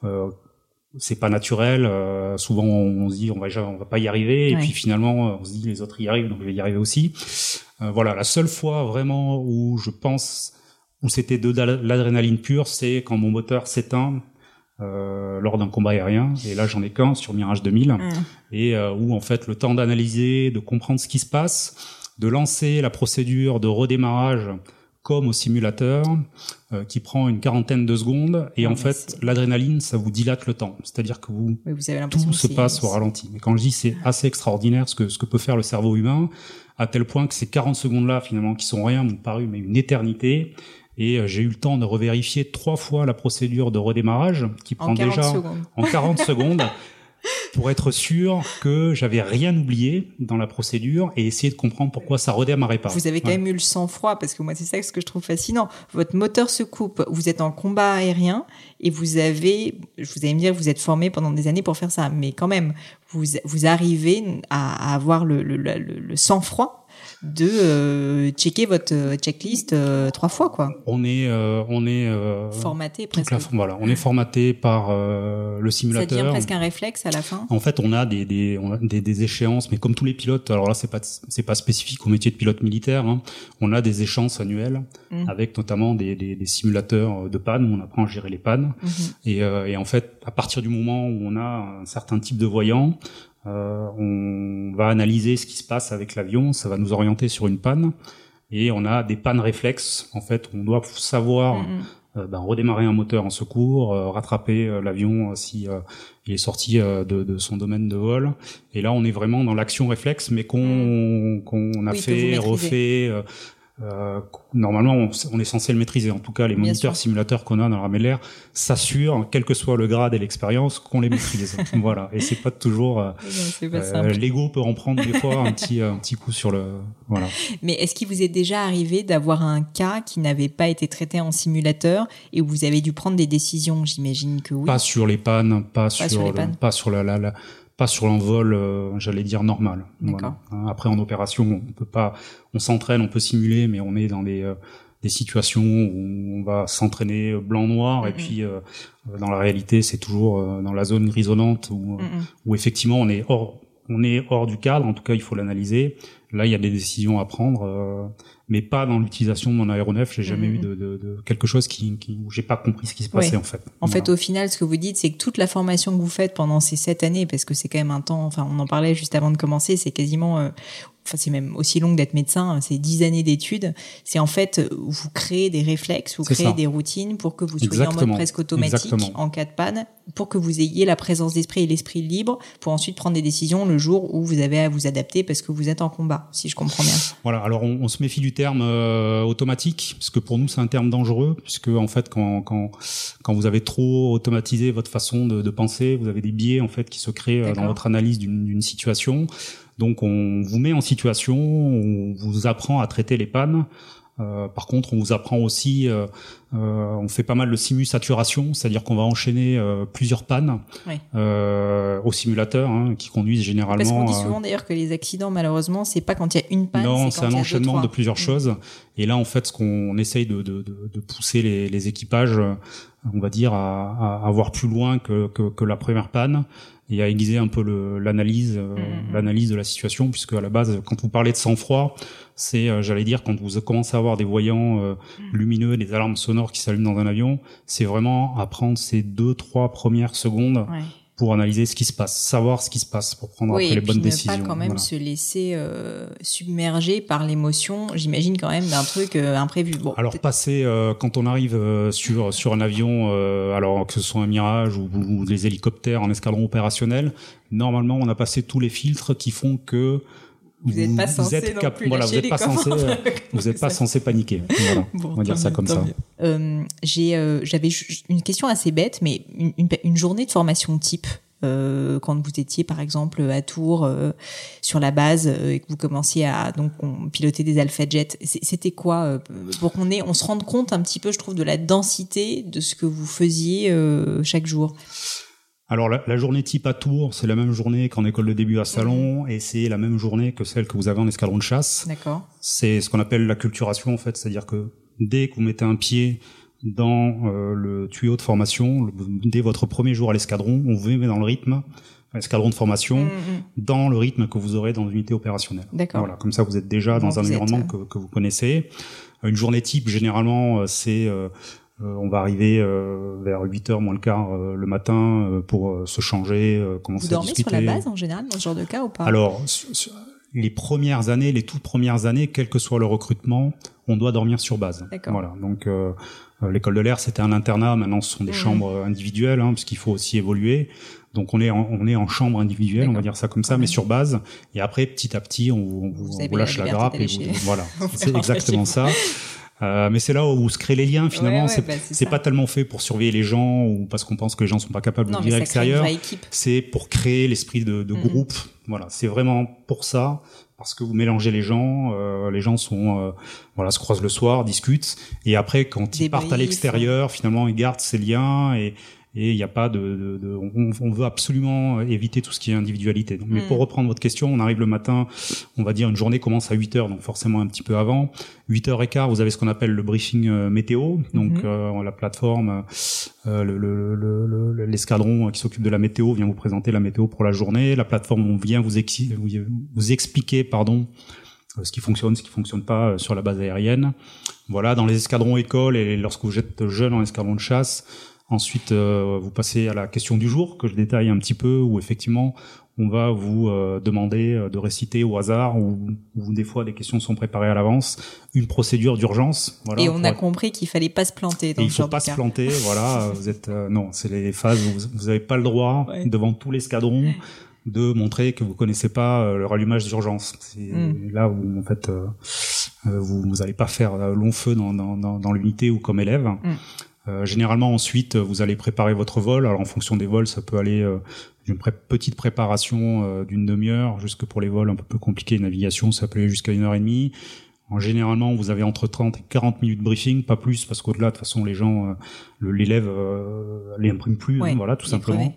c'est pas naturel. Souvent on se dit on va pas y arriver, et puis finalement on se dit les autres y arrivent, donc je vais y arriver aussi. Voilà, la seule fois vraiment où je pense où c'était de l'adrénaline pure, c'est quand mon moteur s'éteint lors d'un combat aérien, et là j'en ai qu'un sur Mirage 2000, et où en fait le temps d'analyser, de comprendre ce qui se passe, de lancer la procédure de redémarrage comme au simulateur, qui prend une quarantaine de secondes, et en fait l'adrénaline ça vous dilate le temps, c'est-à-dire que vous avez tout se passe au ralenti. Mais quand je dis c'est assez extraordinaire ce que peut faire le cerveau humain, à tel point que ces 40 secondes là finalement qui sont rien m'ont paru mais une éternité. Et j'ai eu le temps de revérifier 3 fois la procédure de redémarrage qui prend déjà en 40 secondes pour être sûr que j'avais rien oublié dans la procédure et essayer de comprendre pourquoi ça redémarrait pas. Vous avez quand même eu le sang-froid, parce que moi c'est ça ce que je trouve fascinant. Votre moteur se coupe, vous êtes en combat aérien et vous allez me dire vous êtes formé pendant des années pour faire ça, mais quand même vous arrivez à avoir le sang-froid de checker votre checklist 3 fois quoi. On est formaté presque. On est formaté par le simulateur. Ça devient presque un réflexe à la fin. En fait, on a des échéances, mais comme tous les pilotes, alors là c'est pas spécifique au métier de pilote militaire, on a des échéances annuelles avec notamment des simulateurs de panne où on apprend à gérer les pannes, et en fait à partir du moment où on a un certain type de voyant, on va analyser ce qui se passe avec l'avion, ça va nous orienter sur une panne, et on a des pannes réflexes. En fait, on doit savoir redémarrer un moteur en secours, rattraper l'avion si il est sorti de son domaine de vol. Et là, on est vraiment dans l'action réflexe, mais qu'on a fait, refait. Normalement, on est censé le maîtriser. En tout cas, les moniteurs simulateurs qu'on a dans l'armée de l'air s'assurent, quel que soit le grade et l'expérience, qu'on les maîtrise. Voilà. Et c'est pas toujours. L'ego peut en prendre des fois un petit coup sur le. Voilà. Mais est-ce qu'il vous est déjà arrivé d'avoir un cas qui n'avait pas été traité en simulateur et où vous avez dû prendre des décisions ? J'imagine que oui. Pas sur les pannes, pas sur pas sur l'envol, j'allais dire normal. Voilà. Après en opération, on s'entraîne, on peut simuler, mais on est dans des situations où on va s'entraîner blanc-noir, et puis dans la réalité, c'est toujours dans la zone grisonnante où effectivement on est hors du cadre. En tout cas, il faut l'analyser. Là, il y a des décisions à prendre, mais pas dans l'utilisation de mon aéronef. J'ai jamais eu de quelque chose où j'ai pas compris ce qui se passait en fait. En fait, au final, ce que vous dites, c'est que toute la formation que vous faites pendant ces 7 années, parce que c'est quand même un temps, enfin, on en parlait juste avant de commencer, c'est quasiment, c'est même aussi long d'être médecin, c'est 10 années d'études. C'est en fait, vous créez des réflexes, vous créez des routines pour que vous soyez en mode presque automatique en cas de panne, pour que vous ayez la présence d'esprit et l'esprit libre pour ensuite prendre des décisions le jour où vous avez à vous adapter parce que vous êtes en combat, si je comprends bien. Voilà. Alors, on se méfie du terme automatique, parce que pour nous, c'est un terme dangereux, puisque en fait, quand vous avez trop automatisé votre façon de penser, vous avez des biais en fait qui se créent dans votre analyse d'une situation. Donc on vous met en situation, on vous apprend à traiter les pannes. Par contre, on vous apprend aussi, on fait pas mal de simu-saturation, c'est-à-dire qu'on va enchaîner plusieurs pannes au simulateur, qui conduisent généralement. Parce qu'on dit souvent d'ailleurs que les accidents, malheureusement, c'est pas quand il y a une panne. Non, c'est un enchaînement de plusieurs choses. Et là, en fait, ce qu'on essaye de pousser les équipages, on va dire, à voir plus loin que la première panne, et à aiguiser un peu l'analyse de la situation, puisque à la base, quand vous parlez de sang-froid, c'est, j'allais dire, quand vous commencez à avoir des voyants lumineux, des alarmes sonores qui s'allument dans un avion, c'est vraiment à prendre ces 2-3 premières secondes pour analyser ce qui se passe, savoir ce qui se passe pour prendre après les bonnes décisions. Oui, et puis ne pas quand même se laisser submerger par l'émotion, j'imagine quand même d'un truc imprévu. Bon, alors passer quand on arrive sur un avion, alors que ce soit un Mirage ou des hélicoptères en escadron opérationnel, normalement on a passé tous les filtres qui font que vous n'êtes pas censé vous n'êtes pas censé paniquer. Voilà, bon, on va dire ça comme ça. J'avais une question assez bête, mais une journée de formation type. Quand vous étiez par exemple à Tours sur la base et que vous commenciez à donc piloter des Alpha Jet, c'était quoi pour on se rende compte un petit peu, je trouve, de la densité de ce que vous faisiez chaque jour? Alors la journée type à Tours, c'est la même journée qu'en école de début à Salon, et c'est la même journée que celle que vous avez en escadron de chasse. D'accord. C'est ce qu'on appelle l'acculturation en fait, c'est-à-dire que dès que vous mettez un pied dans le tuyau de formation, dès votre premier jour à l'escadron, on vous met dans le rythme, l'escadron de formation, dans le rythme que vous aurez dans l'unité opérationnelle. D'accord. Voilà, comme ça vous êtes déjà dans un environnement que vous connaissez. Une journée type, généralement, c'est on va arriver vers 8h moins le quart le matin pour se changer, commencer à discuter. Vous dormez sur la base en général dans ce genre de cas ou pas? Alors, les toutes premières années, quel que soit le recrutement, on doit dormir sur base. D'accord. Voilà. Donc l'école de l'air, c'était un internat. Maintenant, ce sont des chambres individuelles, puisqu'il faut aussi évoluer. Donc on est en chambre individuelle, on va dire ça comme ça, mais sur base. Et après, petit à petit, on vous lâche la grappe et voilà. C'est exactement ça. Mais c'est là où se créent les liens finalement. C'est pas tellement fait pour surveiller les gens ou parce qu'on pense que les gens sont pas capables de vivre à l'extérieur. C'est pour créer l'esprit de groupe. Voilà, c'est vraiment pour ça, parce que vous mélangez les gens sont se croisent le soir, discutent, et après quand ils partent à l'extérieur, finalement ils gardent ces liens et il n'y a pas on veut absolument éviter tout ce qui est individualité. Donc, mais pour reprendre votre question, on arrive le matin, on va dire une journée commence à 8h, donc forcément un petit peu avant. 8h15, vous avez ce qu'on appelle le briefing météo, donc la plateforme, l'escadron qui s'occupe de la météo vient vous présenter la météo pour la journée. La plateforme, on vient vous expliquer, ce qui fonctionne pas sur la base aérienne. Voilà, dans les escadrons écoles et lorsque vous êtes jeune en escadron de chasse, ensuite, vous passez à la question du jour, que je détaille un petit peu, où effectivement, on va vous demander de réciter au hasard, ou des fois des questions sont préparées à l'avance, une procédure d'urgence. Voilà, et on a compris qu'il fallait pas se planter dans ce genre de cas. Il faut pas se planter, voilà. Vous êtes non, c'est les phases où vous avez pas le droit devant tout l'escadron de montrer que vous connaissez pas le rallumage d'urgence. C'est là où en fait vous allez pas faire long feu dans l'unité ou comme élève. Généralement ensuite vous allez préparer votre vol. Alors en fonction des vols, ça peut aller d'une petite préparation d'une demi-heure jusque pour les vols un peu plus compliqués, navigation, ça peut aller jusqu'à 1h30. Généralement, vous avez entre 30 et 40 minutes de briefing, pas plus, parce qu'au-delà, de toute façon, les gens, l'élève les imprime plus, voilà, tout simplement.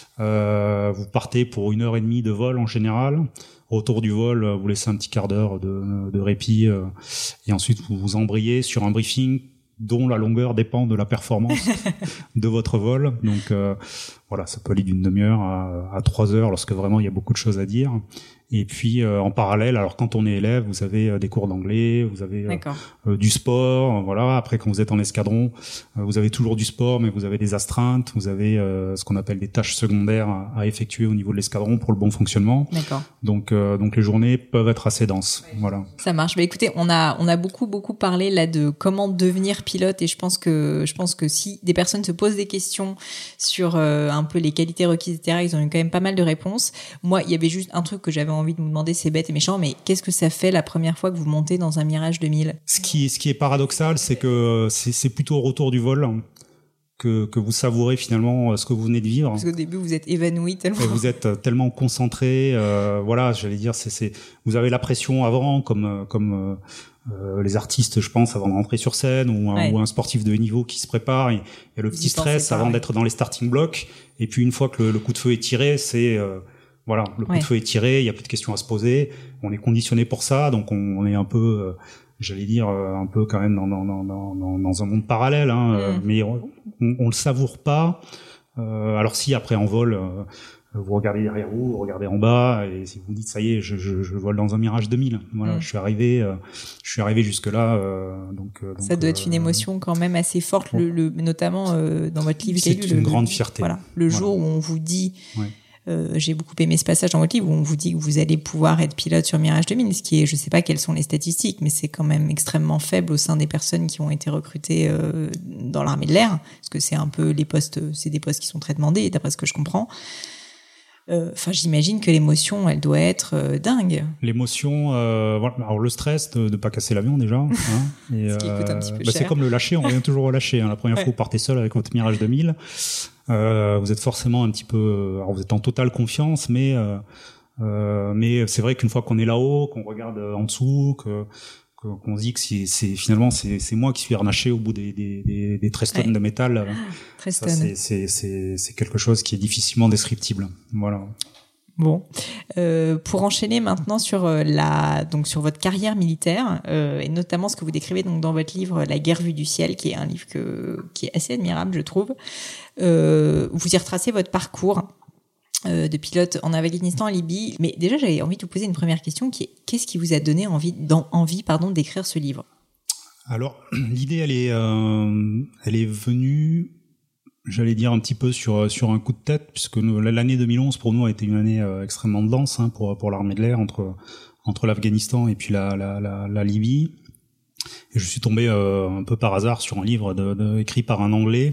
Vous partez pour 1h30 de vol en général. Autour du vol, vous laissez un petit quart d'heure de répit, et ensuite vous vous embrayez sur un briefing dont la longueur dépend de la performance de votre vol. Donc voilà, ça peut aller d'une demi-heure à 3 heures lorsque vraiment il y a beaucoup de choses à dire. Et puis en parallèle, alors quand on est élève, vous avez des cours d'anglais, vous avez du sport, voilà. Après, quand vous êtes en escadron, vous avez toujours du sport, mais vous avez des astreintes, vous avez ce qu'on appelle des tâches secondaires à effectuer au niveau de l'escadron pour le bon fonctionnement. D'accord. Donc les journées peuvent être assez denses, voilà. Ça marche. Bah écoutez, on a beaucoup parlé là de comment devenir pilote, et je pense que si des personnes se posent des questions sur un peu les qualités requises, etc., ils ont eu quand même pas mal de réponses. Moi, il y avait juste un truc que j'avais envie de vous demander, c'est bête et méchant, mais qu'est-ce que ça fait la première fois que vous montez dans un Mirage 2000? Ce qui est paradoxal, c'est que c'est plutôt au retour du vol que vous savourez finalement ce que vous venez de vivre. Parce qu'au début, vous êtes évanoui tellement. Et vous êtes tellement concentré, voilà, j'allais dire, vous avez la pression avant, comme les artistes, je pense, avant de rentrer sur scène, ou un sportif de haut niveau qui se prépare. Il y a le petit stress avant d'être dans les starting blocks. Et puis une fois que le coup de feu est tiré, voilà, le coup de feu est tiré, il y a plus de questions à se poser. On est conditionné pour ça, donc on est un peu, j'allais dire, un peu quand même dans un monde parallèle, mais on le savoure pas. Alors si après en vol, vous regardez derrière vous, vous regardez en bas, et si vous vous dites ça y est, je vole dans un Mirage 2000. Voilà, je suis arrivé jusque là. Donc ça doit être une émotion quand même assez forte, notamment dans votre livre. C'est une grande fierté. Voilà, jour où on vous dit. J'ai beaucoup aimé ce passage dans votre livre où on vous dit que vous allez pouvoir être pilote sur Mirage 2000, ce qui est, je sais pas quelles sont les statistiques, mais c'est quand même extrêmement faible au sein des personnes qui ont été recrutées dans l'armée de l'air, parce que c'est un peu c'est des postes qui sont très demandés, d'après ce que je comprends. J'imagine que l'émotion, elle doit être dingue. L'émotion, voilà. Alors le stress de pas casser l'avion déjà. Hein, et, ce qui coûte un petit peu cher. C'est comme le lâcher, on revient toujours au lâcher. Hein. La première fois vous partez seul avec votre Mirage 2000, vous êtes forcément un petit peu, alors vous êtes en totale confiance, mais c'est vrai qu'une fois qu'on est là-haut, qu'on regarde en dessous, qu'on se dit que c'est moi qui suis harnaché au bout des 13 tonnes de métal. 13 tonnes. C'est quelque chose qui est difficilement descriptible. Voilà. Bon, pour enchaîner maintenant sur sur votre carrière militaire et notamment ce que vous décrivez donc dans votre livre La guerre vue du ciel, qui est un livre qui est assez admirable, je trouve. Vous y retracez votre parcours de pilote en Afghanistan, en Libye. Mais déjà, j'avais envie de vous poser une première question qui est qu'est-ce qui vous a donné envie d'écrire ce livre ? Alors, l'idée, elle est venue, j'allais dire un petit peu sur un coup de tête, puisque l'année 2011 pour nous a été une année extrêmement dense pour l'armée de l'air entre l'Afghanistan et puis la Libye. Et je suis tombé un peu par hasard sur un livre écrit par un Anglais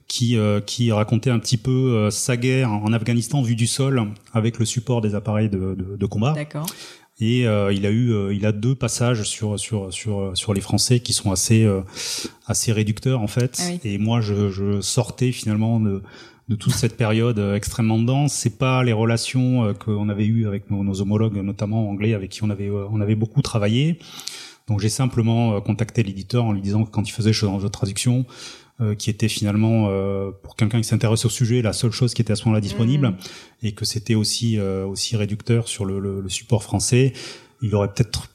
qui racontait un petit peu sa guerre en Afghanistan vue du sol avec le support des appareils de combat. D'accord. Et il a 2 passages sur les Français qui sont assez réducteurs en fait. Ah oui. Et moi je sortais finalement de toute cette période extrêmement dense. C'est pas les relations qu'on avait eues avec nos homologues, notamment anglais, avec qui on avait beaucoup travaillé. Donc j'ai simplement contacté l'éditeur en lui disant que quand il faisait ce genre de traduction, qui était finalement pour quelqu'un qui s'intéresse au sujet la seule chose qui était à ce moment-là disponible, et que c'était aussi réducteur sur le support français, il aurait peut-être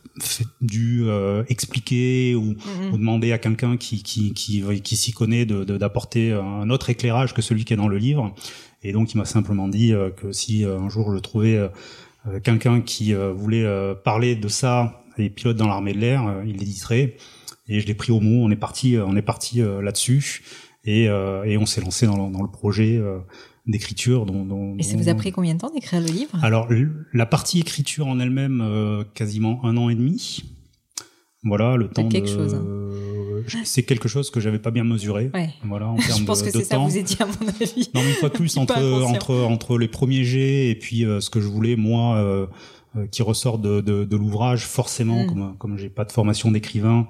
dû expliquer ou demander à quelqu'un qui s'y connaît d'apporter un autre éclairage que celui qui est dans le livre. Et donc il m'a simplement dit que si un jour je trouvais quelqu'un qui voulait parler de ça, les pilotes dans l'armée de l'air, il l'éditerait. Et je l'ai pris au mot, on est parti là-dessus, et on s'est lancé dans le projet d'écriture. Et ça vous a pris combien de temps d'écrire le livre ? Alors la partie écriture en elle-même, quasiment 1 an et demi. Voilà, le temps quelque chose. C'est quelque chose que j'avais pas bien mesuré. Ouais. Voilà, en termes je pense que c'est ça, vous étiez à mon avis. Non, mais une fois de plus entre les premiers jets et puis ce que je voulais moi. Qui ressort de l'ouvrage, forcément, comme j'ai pas de formation d'écrivain,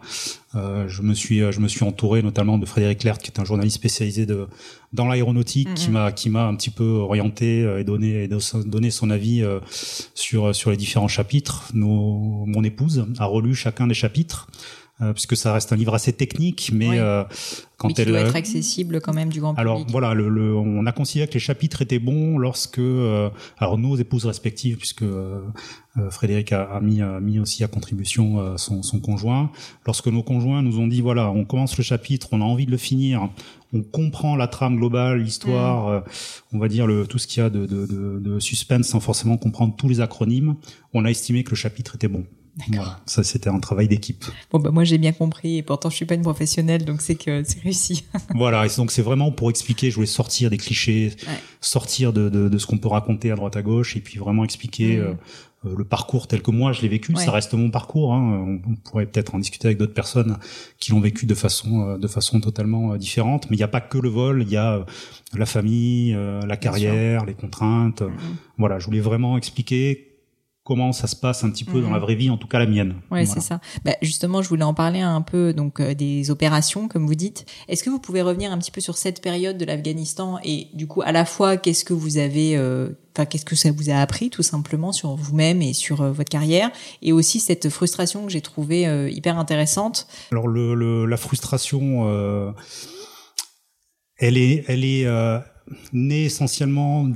je me suis entouré notamment de Frédéric Lertz, qui est un journaliste spécialisé dans l'aéronautique, qui m'a un petit peu orienté et donné son avis sur les différents chapitres. Mon épouse a relu chacun des chapitres, puisque ça reste un livre assez technique, mais quand qui doit être accessible quand même du grand public. Alors voilà, on a considéré que les chapitres étaient bons lorsque, alors nos épouses respectives, puisque Frédéric a mis aussi à contribution son conjoint, lorsque nos conjoints nous ont dit voilà, on commence le chapitre, on a envie de le finir, on comprend la trame globale, l'histoire, on va dire tout ce qu'il y a de suspense sans forcément comprendre tous les acronymes, on a estimé que le chapitre était bon. Voilà, ça c'était un travail d'équipe. Bon moi j'ai bien compris, et pourtant je suis pas une professionnelle, donc c'est que c'est réussi. Voilà, et donc c'est vraiment pour expliquer, je voulais sortir des clichés, sortir de ce qu'on peut raconter à droite à gauche, et puis vraiment expliquer le parcours tel que moi je l'ai vécu. Ça reste mon parcours, hein. On pourrait peut-être en discuter avec d'autres personnes qui l'ont vécu de façon totalement différente, mais il n'y a pas que le vol, il y a la famille, la carrière, les contraintes. Voilà, je voulais vraiment expliquer comment ça se passe un petit peu dans la vraie vie, en tout cas la mienne. Ouais, voilà. C'est ça. Justement, je voulais en parler un peu donc des opérations, comme vous dites. Est-ce que vous pouvez revenir un petit peu sur cette période de l'Afghanistan et du coup, à la fois, qu'est-ce que vous avez, qu'est-ce que ça vous a appris tout simplement sur vous-même et sur votre carrière, et aussi cette frustration que j'ai trouvée hyper intéressante. Alors la frustration, elle est né essentiellement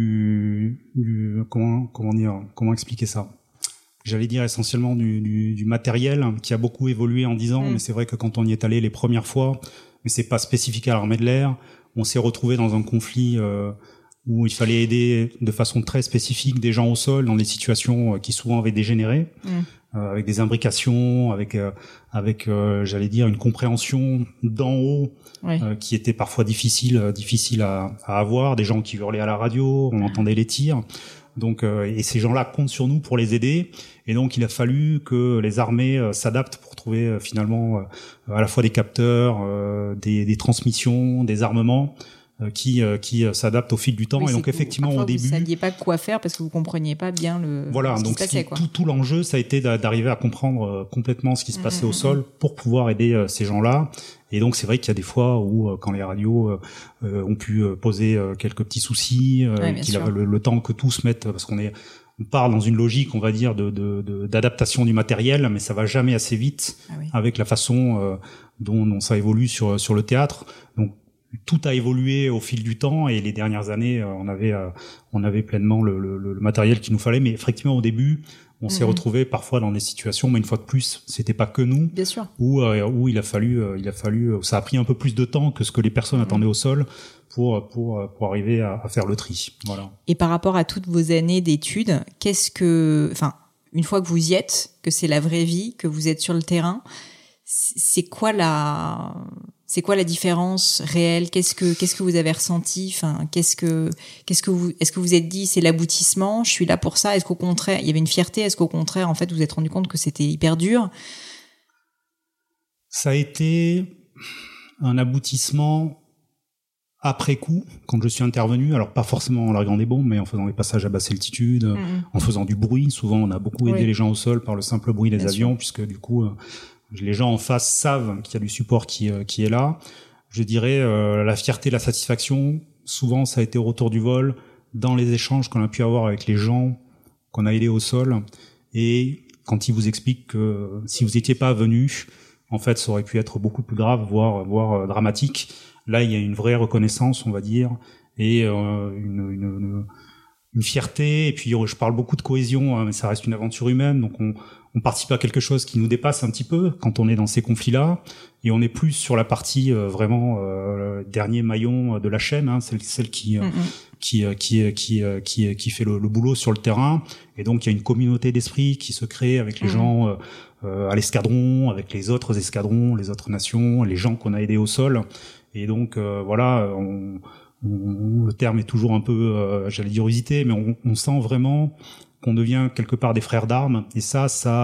comment expliquer ça, j'allais dire essentiellement du matériel qui a beaucoup évolué en 10 ans, mais c'est vrai que quand on y est allé les premières fois, mais c'est pas spécifique à l'armée de l'air, on s'est retrouvé dans un conflit où il fallait aider de façon très spécifique des gens au sol dans des situations qui souvent avaient dégénéré, avec des imbrications, avec j'allais dire une compréhension d'en haut qui était parfois difficile à avoir, des gens qui hurlaient à la radio, on entendait les tirs. Donc et ces gens-là comptent sur nous pour les aider, et donc il a fallu que les armées s'adaptent pour trouver finalement à la fois des capteurs, des transmissions, des armements qui s'adaptent au fil du temps. Et donc effectivement au début, vous saviez pas quoi faire parce que vous compreniez pas bien ce qui se passait, quoi. Tout l'enjeu, ça a été d'arriver à comprendre complètement ce qui se passait au sol pour pouvoir aider ces gens-là. Et donc c'est vrai qu'il y a des fois où quand les radios ont pu poser quelques petits soucis, qu'il avait le temps que tout se mette, parce on part dans une logique, on va dire, d'adaptation du matériel, mais ça va jamais assez vite avec la façon dont ça évolue sur le théâtre. Donc tout a évolué au fil du temps, et les dernières années, on avait pleinement le matériel qu'il nous fallait. Mais effectivement, au début, on s'est retrouvé parfois dans des situations, mais une fois de plus, c'était pas que nous, bien sûr, où il a fallu, ça a pris un peu plus de temps que ce que les personnes attendaient au sol pour arriver à faire le tri. Voilà. Et par rapport à toutes vos années d'études, une fois que vous y êtes, que c'est la vraie vie, que vous êtes sur le terrain, c'est quoi la différence réelle? Qu'est-ce que vous avez ressenti? Enfin, est-ce que vous êtes dit c'est l'aboutissement, je suis là pour ça? Est-ce qu'au contraire, il y avait une fierté? Est-ce qu'au contraire, en fait, vous vous êtes rendu compte que c'était hyper dur? Ça a été un aboutissement après coup, quand je suis intervenu. Alors pas forcément en larguant des bombes, mais en faisant des passages à basse altitude, en faisant du bruit. Souvent, on a beaucoup aidé les gens au sol par le simple bruit des avions, puisque du coup, les gens en face savent qu'il y a du support qui est là. Je dirais la fierté, la satisfaction, souvent ça a été au retour du vol, dans les échanges qu'on a pu avoir avec les gens qu'on a aidés au sol, et quand ils vous expliquent que si vous n'étiez pas venu, en fait ça aurait pu être beaucoup plus grave, voire dramatique. Là il y a une vraie reconnaissance, on va dire, et une fierté. Et puis je parle beaucoup de cohésion, mais ça reste une aventure humaine, donc on participe à quelque chose qui nous dépasse un petit peu quand on est dans ces conflits-là, et on est plus sur la partie vraiment dernier maillon de la chaîne, celle qui fait le boulot sur le terrain. Et donc il y a une communauté d'esprit qui se crée avec les gens à l'escadron, avec les autres escadrons, les autres nations, les gens qu'on a aidés au sol. Et donc voilà, le terme est toujours un peu, j'allais dire usité, mais on sent vraiment qu'on devient quelque part des frères d'armes, et ça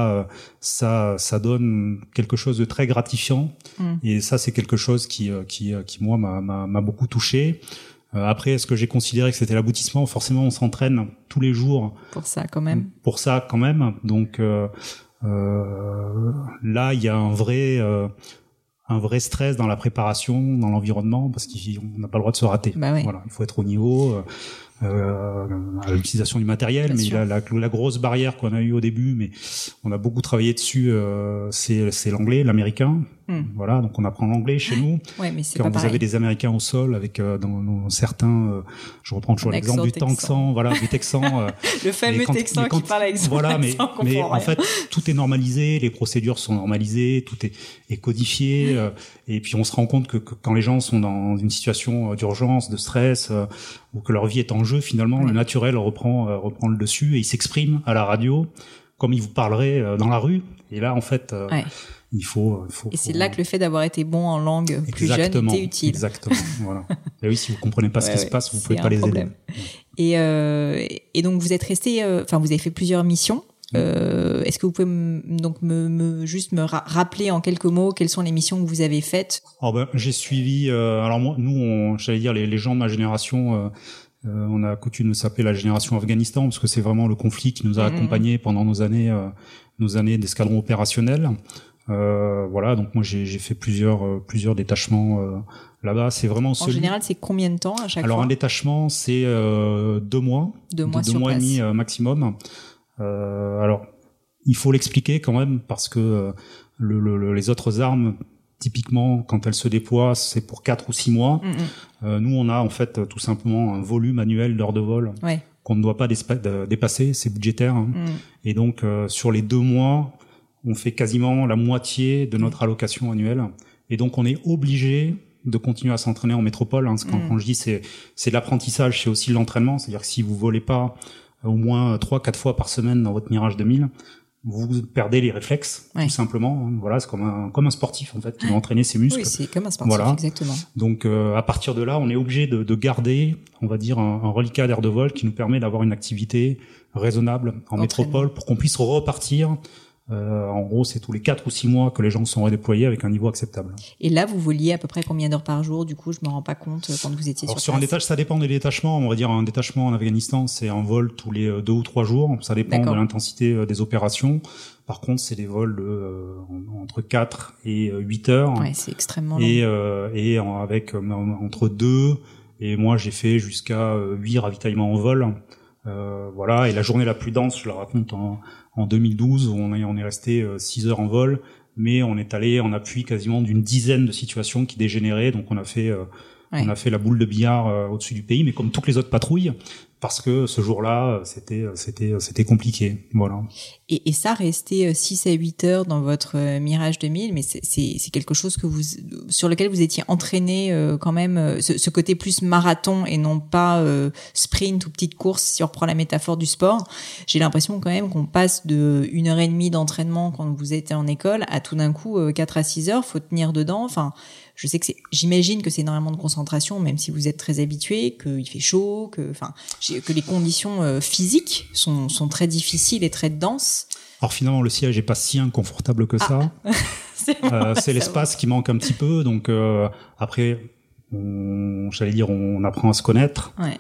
donne quelque chose de très gratifiant. Et ça, c'est quelque chose qui moi m'a beaucoup touché. Après, est-ce que j'ai considéré que c'était l'aboutissement? Forcément, on s'entraîne tous les jours pour ça quand même. Donc là, il y a un vrai stress dans la préparation, dans l'environnement, parce qu'on n'a pas le droit de se rater. Voilà, il faut être au niveau. À l'utilisation du matériel, mais la grosse barrière qu'on a eue au début, mais on a beaucoup travaillé dessus, c'est l'anglais, l'américain. Voilà, donc on apprend l'anglais chez nous. Ouais, mais c'est quand pas vous pareil. avez des Américains au sol avec dans certains, je reprends toujours l'exemple du Texan, voilà, du Texan. Le fameux Texan qui parle avec son accent, mais en fait, tout est normalisé, les procédures sont normalisées, tout est codifié, et puis on se rend compte que quand les gens sont dans une situation d'urgence, de stress, ou que leur vie est en jeu, finalement, le naturel reprend le dessus, et ils s'expriment à la radio comme ils vous parleraient dans la rue. Et là, en fait, il faut. Et c'est là que le fait d'avoir été bon en langue plus jeune était utile. Exactement. Voilà. Et oui, si vous comprenez pas ce qui se passe, vous pouvez pas les aider. Et donc vous êtes resté, vous avez fait plusieurs missions. Est-ce que vous pouvez juste me rappeler en quelques mots quelles sont les missions que vous avez faites? J'ai suivi. Alors moi, j'allais dire les gens de ma génération. On a coutume de s'appeler la génération Afghanistan, parce que c'est vraiment le conflit qui nous a accompagnés pendant nos années d'escadron opérationnel. Voilà, donc moi j'ai fait plusieurs détachements là-bas. C'est vraiment en général, c'est combien de temps à chaque fois? Alors un détachement, c'est 2 mois, 2 mois et demi maximum. Alors il faut l'expliquer quand même, parce que les autres armes, typiquement, quand elles se déploient, c'est pour 4 ou 6 mois. Nous, on a en fait tout simplement un volume annuel d'heures de vol qu'on ne doit pas dépasser, c'est budgétaire. Et donc, sur les 2 mois, on fait quasiment la moitié de notre allocation annuelle. Et donc, on est obligé de continuer à s'entraîner en métropole. Hein. Quand je dis c'est de l'apprentissage, c'est aussi de l'entraînement. C'est-à-dire que si vous volez pas au moins 3-4 fois par semaine dans votre Mirage 2000, vous perdez les réflexes, tout simplement. Voilà, c'est comme un sportif en fait qui doit entraîner ses muscles. Oui, c'est comme un sportif, exactement. Donc à partir de là, on est obligé de garder, on va dire, un reliquat d'air de vol qui nous permet d'avoir une activité raisonnable en métropole pour qu'on puisse repartir. En gros, c'est tous les 4 ou 6 mois que les gens sont redéployés avec un niveau acceptable. Et là, vous voliez à peu près combien d'heures par jour? Du coup, je me rends pas compte quand vous étiez sur un détachement, ça dépend des détachements. On va dire un détachement en Afghanistan, c'est un vol tous les 2 ou 3 jours. Ça dépend de l'intensité des opérations. Par contre, c'est des vols entre 4 et 8 heures. Ouais, c'est extrêmement long. Et avec entre 2 et moi, j'ai fait jusqu'à 8 ravitaillements en vol. Voilà. Et la journée la plus dense, je la raconte en 2012, où on est resté 6 heures en vol, mais on est allé en appui quasiment d'une dizaine de situations qui dégénéraient. Donc on a fait la boule de billard au-dessus du pays, mais comme toutes les autres patrouilles, parce que ce jour-là, c'était compliqué. Voilà. Et ça, rester 6 à 8 heures dans votre Mirage 2000, mais c'est quelque chose sur lequel vous étiez entraîné quand même, ce côté plus marathon et non pas sprint ou petite course, si on reprend la métaphore du sport. J'ai l'impression quand même qu'on passe de 1h30 d'entraînement quand vous étiez en école à tout d'un coup 4 à 6 heures, faut tenir dedans. Enfin, j'imagine que c'est énormément de concentration, même si vous êtes très habitué, qu'il fait chaud, que les conditions physiques sont très difficiles et très denses. Alors finalement, le siège est pas si inconfortable que ça. C'est l'espace qui manque un petit peu. Donc après, on apprend à se connaître. Ouais.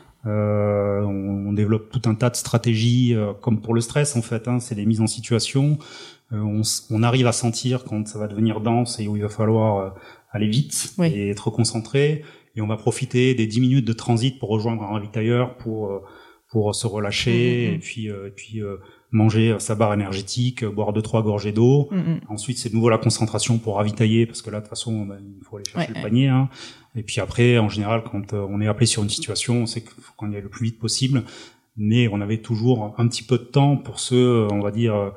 On développe tout un tas de stratégies, comme pour le stress en fait. Hein, c'est des mises en situation. On arrive à sentir quand ça va devenir dense et où il va falloir aller vite et être concentré. Et on va profiter des 10 minutes de transit pour rejoindre un ravitailleur pour se relâcher et puis manger sa barre énergétique, boire 2-3 gorgées d'eau. Ensuite, c'est de nouveau la concentration pour ravitailler, parce que là, de toute façon, il faut aller chercher le panier. Hein. Et puis après, en général, quand on est appelé sur une situation, on sait qu'il faut qu'on y aille le plus vite possible. Mais on avait toujours un petit peu de temps pour on va dire,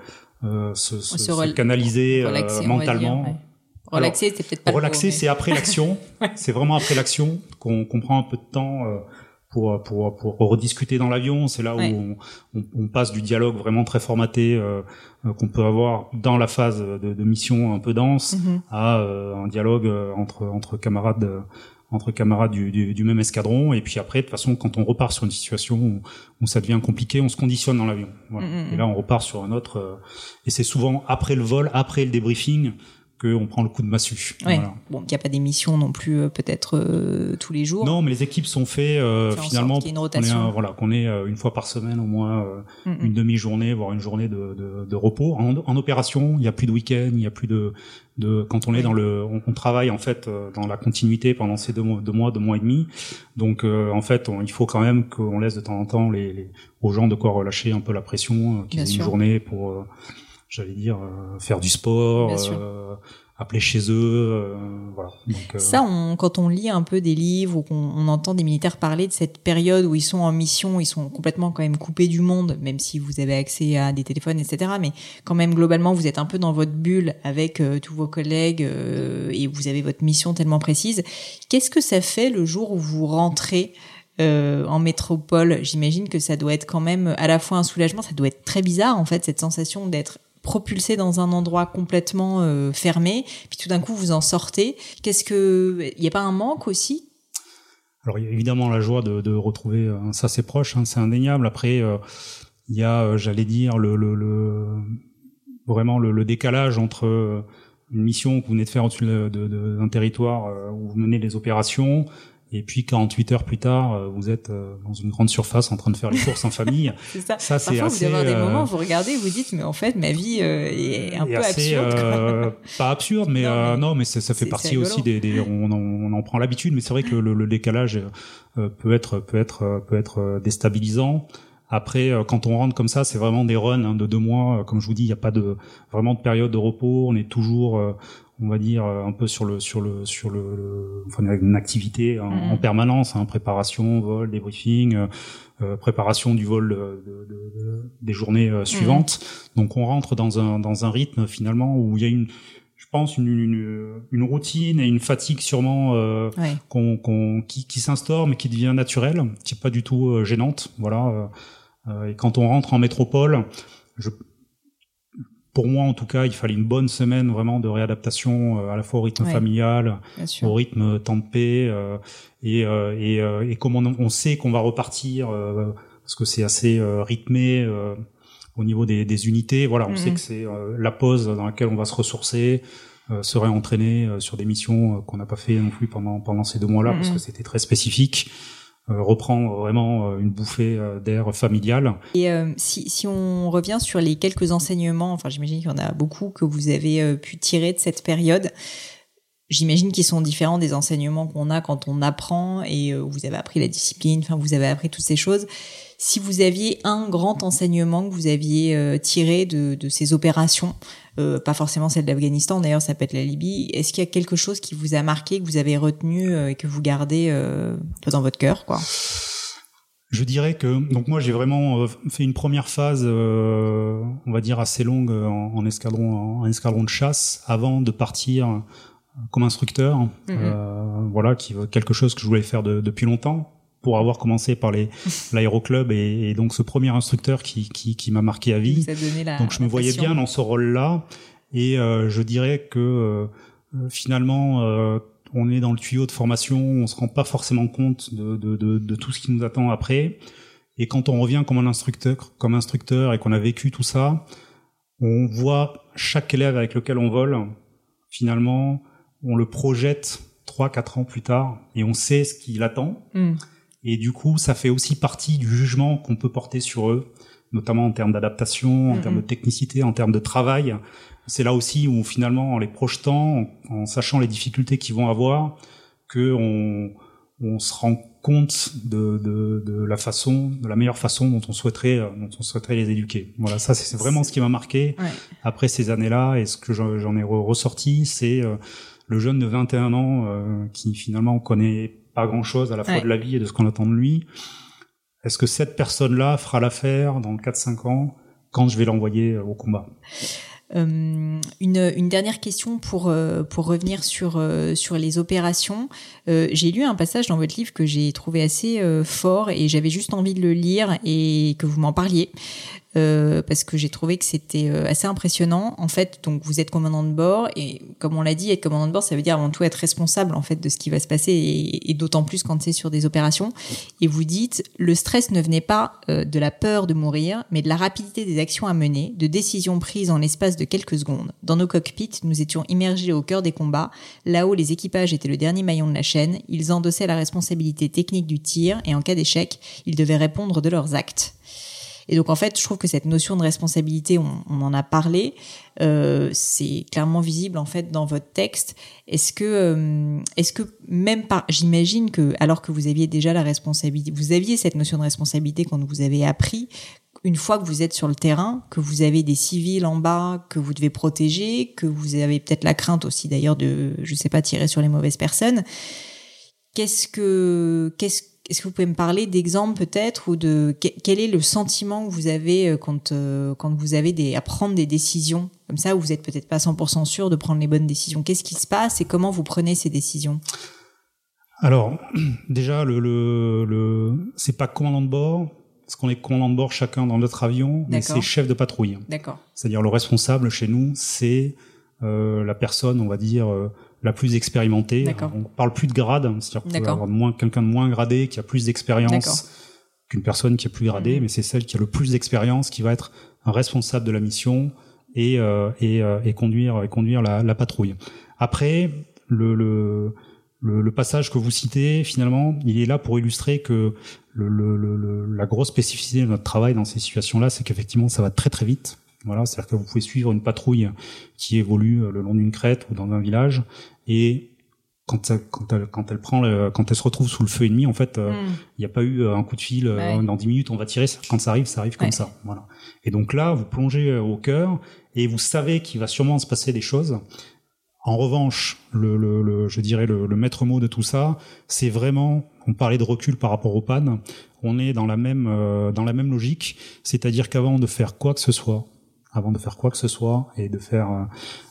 se canaliser mentalement. Relaxer, c'est peut-être pas relaxer, le mot, mais... c'est après l'action. C'est vraiment après l'action qu'on prend un peu de temps pour rediscuter dans l'avion. C'est là où on passe du dialogue vraiment très formaté qu'on peut avoir dans la phase de mission un peu dense à un dialogue entre camarades du même escadron. Et puis après, de toute façon, quand on repart sur une situation où ça devient compliqué, on se conditionne dans l'avion. Voilà. Et là, on repart sur un autre. Et c'est souvent après le vol, après le débriefing, qu'on prend le coup de massue. Ouais. Voilà. Bon, il n'y a pas d'émission non plus, peut-être tous les jours. Non, mais les équipes sont faites finalement. Qu'il y ait une rotation. Qu'on ait une fois par semaine au moins une demi-journée, voire une journée de repos. En opération, il n'y a plus de week-end, il n'y a plus de quand on est on travaille en fait dans la continuité pendant ces 2 mois et demi. Donc en fait, il faut quand même qu'on laisse de temps en temps aux gens de quoi relâcher un peu la pression, qu'ils aient une journée pour j'allais dire faire du sport, appeler chez eux, voilà. Donc, ça, quand on lit un peu des livres ou qu'on entend des militaires parler de cette période où ils sont en mission, ils sont complètement quand même coupés du monde, même si vous avez accès à des téléphones, etc. Mais quand même, globalement, vous êtes un peu dans votre bulle avec tous vos collègues et vous avez votre mission tellement précise. Qu'est-ce que ça fait le jour où vous rentrez en métropole? J'imagine que ça doit être quand même à la fois un soulagement, ça doit être très bizarre en fait, cette sensation d'être propulsé dans un endroit complètement fermé, puis tout d'un coup vous en sortez. Il y a pas un manque aussi? Alors il y a évidemment la joie de retrouver ça, c'est proche, hein, c'est indéniable. Après il y a j'allais dire vraiment le décalage entre une mission que vous venez de faire au-dessus d'un territoire où vous menez des opérations. Et puis 48 heures plus tard, vous êtes dans une grande surface en train de faire les courses en famille. C'est ça. Ça, c'est parfois, assez. Vous avez des moments où vous regardez, vous dites, mais en fait, ma vie est un peu assez, absurde. Pas absurde, mais non, mais ça fait partie aussi on en prend l'habitude. Mais c'est vrai que le décalage peut être déstabilisant. Après, quand on rentre comme ça, c'est vraiment des runs de 2 mois. Comme je vous dis, il n'y a pas vraiment de période de repos. On est toujours on va dire un peu sur une activité en permanence, hein, préparation, vol, débriefing, préparation du vol des journées suivantes. Donc on rentre dans un rythme finalement où il y a je pense une routine et une fatigue sûrement qui s'instaure mais qui devient naturelle, qui est pas du tout gênante. Voilà. Et quand on rentre en métropole, pour moi en tout cas, il fallait une bonne semaine vraiment de réadaptation à la fois au rythme familial, au rythme temps de paix et comme on sait qu'on va repartir parce que c'est assez rythmé au niveau des unités. Voilà, on sait que c'est la pause dans laquelle on va se ressourcer, se réentraîner sur des missions qu'on n'a pas fait non plus pendant ces 2 mois-là parce que c'était très spécifique. Reprendre vraiment une bouffée d'air familial. Et si on revient sur les quelques enseignements, enfin j'imagine qu'il y en a beaucoup que vous avez pu tirer de cette période, j'imagine qu'ils sont différents des enseignements qu'on a quand on apprend et vous avez appris la discipline, enfin vous avez appris toutes ces choses. Si vous aviez un grand enseignement que vous aviez tiré de ces opérations, pas forcément celle d'Afghanistan, d'ailleurs ça peut être la Libye, est-ce qu'il y a quelque chose qui vous a marqué, que vous avez retenu et que vous gardez dans votre cœur, quoi? Je dirais que donc moi j'ai vraiment fait une première phase, on va dire assez longue en escadron de chasse avant de partir comme instructeur. Voilà, quelque chose que je voulais faire depuis longtemps. Pour avoir commencé par l'aéroclub et donc ce premier instructeur qui m'a marqué à vie. Donc je me voyais bien dans ce rôle-là et je dirais que finalement on est dans le tuyau de formation, on se rend pas forcément compte de tout ce qui nous attend après. Et quand on revient comme instructeur et qu'on a vécu tout ça, on voit chaque élève avec lequel on vole, finalement, on le projette 3-4 ans plus tard et on sait ce qui l'attend. Et du coup, ça fait aussi partie du jugement qu'on peut porter sur eux, notamment en termes d'adaptation, en termes de technicité, en termes de travail. C'est là aussi où finalement, en les projetant, en sachant les difficultés qu'ils vont avoir, que on se rend compte de la meilleure façon dont on souhaiterait les éduquer. Voilà, ça c'est vraiment ce qui m'a marqué après ces années-là, et ce que j'en ai ressorti, c'est le jeune de 21 ans qui finalement connaît pas grand-chose à la fois de la vie et de ce qu'on attend de lui. Est-ce que cette personne-là fera l'affaire dans 4-5 ans quand je vais l'envoyer au combat? Une dernière question pour revenir sur les opérations. J'ai lu un passage dans votre livre que j'ai trouvé assez fort et j'avais juste envie de le lire et que vous m'en parliez. Parce que j'ai trouvé que c'était assez impressionnant. En fait, donc vous êtes commandant de bord et comme on l'a dit, être commandant de bord, ça veut dire avant tout être responsable en fait de ce qui va se passer et d'autant plus quand c'est sur des opérations. Et vous dites, le stress ne venait pas de la peur de mourir, mais de la rapidité des actions à mener, de décisions prises en l'espace de quelques secondes. Dans nos cockpits, nous étions immergés au cœur des combats. Là-haut, les équipages étaient le dernier maillon de la chaîne. Ils endossaient la responsabilité technique du tir et en cas d'échec, ils devaient répondre de leurs actes. Et donc en fait, je trouve que cette notion de responsabilité, on en a parlé, c'est clairement visible en fait dans votre texte. Est-ce que même pas, j'imagine que alors que vous aviez déjà la responsabilité, vous aviez cette notion de responsabilité quand vous avez appris, une fois que vous êtes sur le terrain, que vous avez des civils en bas que vous devez protéger, que vous avez peut-être la crainte aussi d'ailleurs de, je sais pas, tirer sur les mauvaises personnes. Est-ce que vous pouvez me parler d'exemples peut-être ou de quel est le sentiment que vous avez quand vous avez à prendre des décisions comme ça où vous êtes peut-être pas 100% sûr de prendre les bonnes décisions? Qu'est-ce qui se passe et comment vous prenez ces décisions? Alors déjà c'est pas commandant de bord parce qu'on est commandant de bord chacun dans notre avion, mais c'est chef de patrouille. D'accord. C'est-à-dire le responsable chez nous, c'est la personne, on va dire la plus expérimentée. D'accord. On parle plus de grade, c'est-à-dire qu'on peut avoir quelqu'un de moins gradé qui a plus d'expérience qu'une personne qui est plus gradée, mais c'est celle qui a le plus d'expérience qui va être un responsable de la mission et conduire la patrouille. Après le passage que vous citez, finalement, il est là pour illustrer que la grosse spécificité de notre travail dans ces situations-là, c'est qu'effectivement ça va très très vite. Voilà, c'est-à-dire que vous pouvez suivre une patrouille qui évolue le long d'une crête ou dans un village, et quand elle se retrouve sous le feu ennemi, en fait, il n'y a pas eu un coup de fil dans 10 minutes, on va tirer. Quand ça arrive comme ça. Voilà. Et donc là, vous plongez au cœur et vous savez qu'il va sûrement se passer des choses. En revanche, je dirais le maître mot de tout ça, c'est vraiment, on parlait de recul par rapport aux pannes, on est dans la même logique, c'est-à-dire qu'avant de faire quoi que ce soit, avant de faire quoi que ce soit et de faire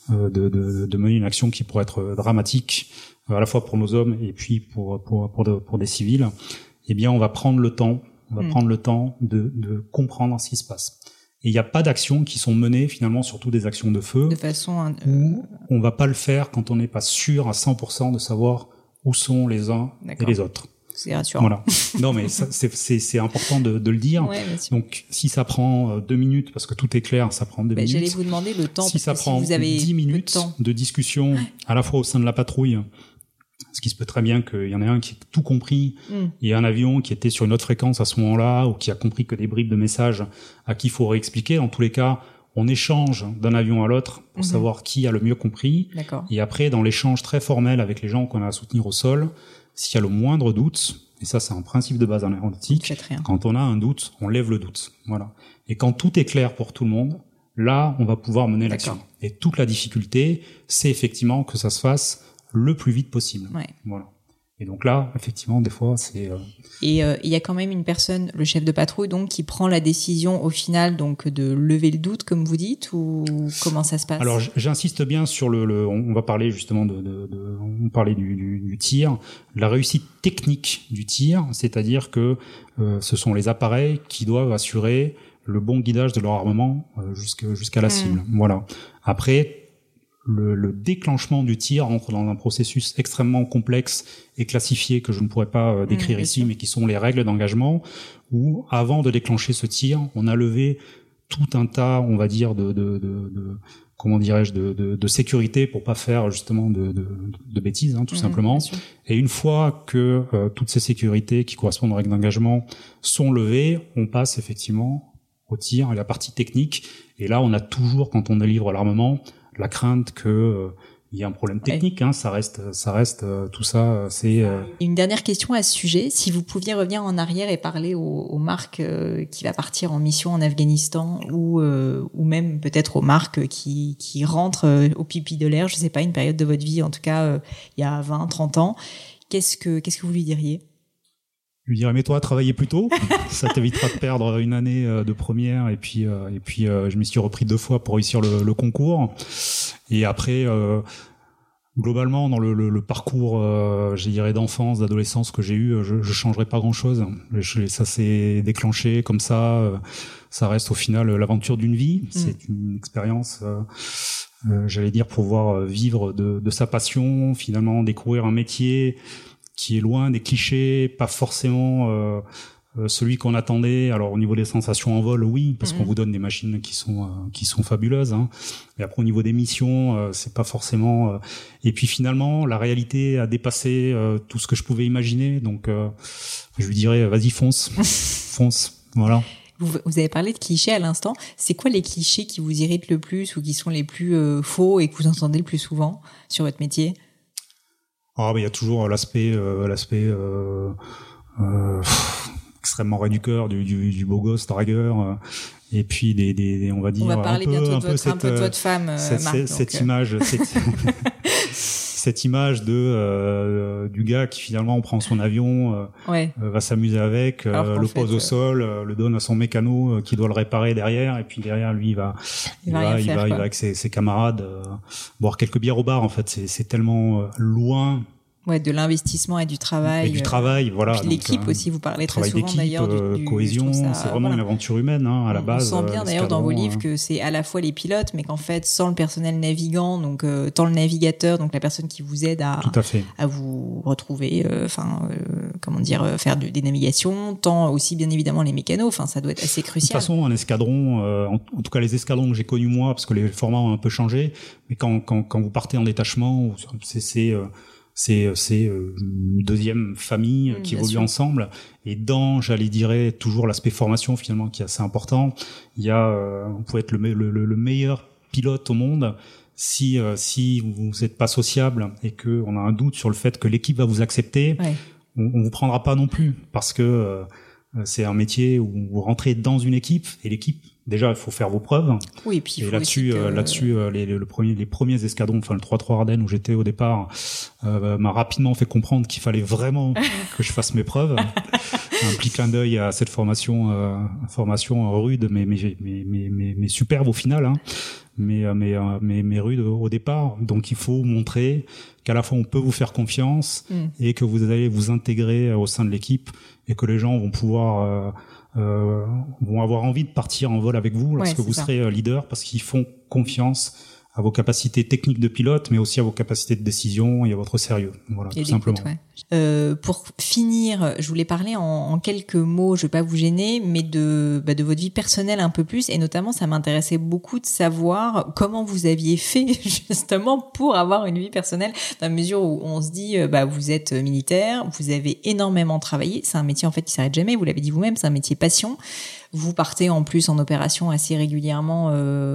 de mener une action qui pourrait être dramatique à la fois pour nos hommes et puis pour des civils. Eh bien, on va prendre le temps. On va prendre le temps de comprendre ce qui se passe. Et il n'y a pas d'actions qui sont menées finalement, surtout des actions de feu, de façon où on va pas le faire quand on n'est pas sûr à 100% de savoir où sont les uns et les autres. C'est rassurant. Voilà. Non, mais ça, c'est important de le dire. Ouais, donc, si ça prend 2 minutes, parce que tout est clair, ça prend 2 minutes. J'allais vous demander le temps. Si ça prend vous avez 10 minutes de discussion, à la fois au sein de la patrouille, ce qui se peut très bien qu'il y en ait un qui ait tout compris, et un avion qui était sur une autre fréquence à ce moment-là, ou qui a compris que des bribes de messages à qui il faut réexpliquer. En tous les cas, on échange d'un avion à l'autre pour savoir qui a le mieux compris. D'accord. Et après, dans l'échange très formel avec les gens qu'on a à soutenir au sol, s'il y a le moindre doute, et ça c'est un principe de base en aéronautique, quand on a un doute, on lève le doute. Voilà. Et quand tout est clair pour tout le monde, là, on va pouvoir mener l'action. Et toute la difficulté, c'est effectivement que ça se fasse le plus vite possible. Ouais. Voilà. Et donc là, effectivement, des fois, c'est... Et il y a quand même une personne, le chef de patrouille, donc, qui prend la décision au final, donc, de lever le doute, comme vous dites, ou comment ça se passe? Alors, j'insiste bien sur on va parler justement on parlait du tir, la réussite technique du tir, c'est-à-dire que ce sont les appareils qui doivent assurer le bon guidage de leur armement jusqu'à la cible. Voilà. Après, le déclenchement du tir entre dans un processus extrêmement complexe et classifié que je ne pourrais pas décrire ici, mais qui sont les règles d'engagement, où avant de déclencher ce tir, on a levé tout un tas, on va dire, comment dirais-je, de sécurité pour pas faire justement de bêtises, tout simplement. Et une fois que toutes ces sécurités qui correspondent aux règles d'engagement sont levées, on passe effectivement au tir et la partie technique. Et là, on a toujours, quand on délivre l'armement, la crainte que il y a un problème technique, ça reste tout ça, c'est... Une dernière question à ce sujet, si vous pouviez revenir en arrière et parler aux marques qui va partir en mission en Afghanistan ou même peut-être aux marques qui rentrent au pipi de l'air, je sais pas, une période de votre vie, en tout cas il y a 20, 30 ans, qu'est-ce que vous lui diriez? Je lui dirais, mets-toi à travailler plus tôt, ça t'évitera de perdre une année de première, et puis je m'y suis repris 2 fois pour réussir le concours. Et après, globalement, dans le parcours, je dirais, d'enfance, d'adolescence que j'ai eu, je changerais pas grand-chose. Ça s'est déclenché comme ça. Ça reste au final l'aventure d'une vie. C'est une expérience, j'allais dire, pour pouvoir vivre de sa passion, finalement découvrir un métier qui est loin des clichés, pas forcément celui qu'on attendait. Alors au niveau des sensations en vol, oui, parce qu'on vous donne des machines qui sont fabuleuses. Et après au niveau des missions, c'est pas forcément. Et puis finalement, la réalité a dépassé tout ce que je pouvais imaginer. Donc je lui dirais, vas-y, fonce, fonce. Voilà. Vous avez parlé de clichés à l'instant. C'est quoi les clichés qui vous irritent le plus ou qui sont les plus faux et que vous entendez le plus souvent sur votre métier? Il y a toujours l'aspect extrêmement réducteur du beau gosse dragueur, et puis des on va dire, on va parler bientôt un peu de votre femme, Marc, cette image cette image du gars qui finalement prend son avion, va s'amuser avec, le pose au sol, le donne à son mécano qui doit le réparer derrière, et puis derrière lui il va avec ses camarades boire quelques bières au bar. En fait, c'est tellement loin. Ouais, de l'investissement et du travail. Et du travail, voilà. Puis l'équipe aussi, vous parlez très souvent d'ailleurs du cohésion, c'est vraiment une aventure humaine, à la base. On sent bien d'ailleurs dans vos livres que c'est à la fois les pilotes, mais qu'en fait, sans le personnel navigant, donc tant le navigateur, donc la personne qui vous aide à vous retrouver, faire des navigations, tant aussi bien évidemment les mécanos, ça doit être assez crucial. De toute façon, un escadron, en tout cas les escadrons que j'ai connus moi, parce que les formats ont un peu changé, mais quand vous partez en détachement, c'est une deuxième famille qui évolue ensemble. Et j'allais dire, toujours l'aspect formation finalement qui est assez important. Il y a, vous pouvez être le meilleur pilote au monde. Si vous n'êtes pas sociable et que on a un doute sur le fait que l'équipe va vous accepter, on vous prendra pas non plus, parce que c'est un métier où vous rentrez dans une équipe, et l'équipe, déjà, il faut faire vos preuves. Oui, et puis et là-dessus, les premiers escadrons, le 3-3 Ardennes où j'étais au départ, m'a rapidement fait comprendre qu'il fallait vraiment que je fasse mes preuves. un petit clin d'œil à cette formation rude, mais superbe au final, hein. Mais rude au départ. Donc il faut montrer qu'à la fois on peut vous faire confiance et que vous allez vous intégrer au sein de l'équipe et que les gens vont pouvoir vont avoir envie de partir en vol avec vous lorsque vous serez leader, parce qu'ils font confiance à vos capacités techniques de pilote, mais aussi à vos capacités de décision et à votre sérieux. Voilà, tout simplement. Pour finir, je voulais parler en quelques mots, je vais pas vous gêner, mais de votre vie personnelle un peu plus, et notamment ça m'intéressait beaucoup de savoir comment vous aviez fait justement pour avoir une vie personnelle, dans la mesure où on se dit vous êtes militaire, vous avez énormément travaillé, c'est un métier en fait qui s'arrête jamais, vous l'avez dit vous-même, c'est un métier passion. Vous partez en plus en opération assez régulièrement.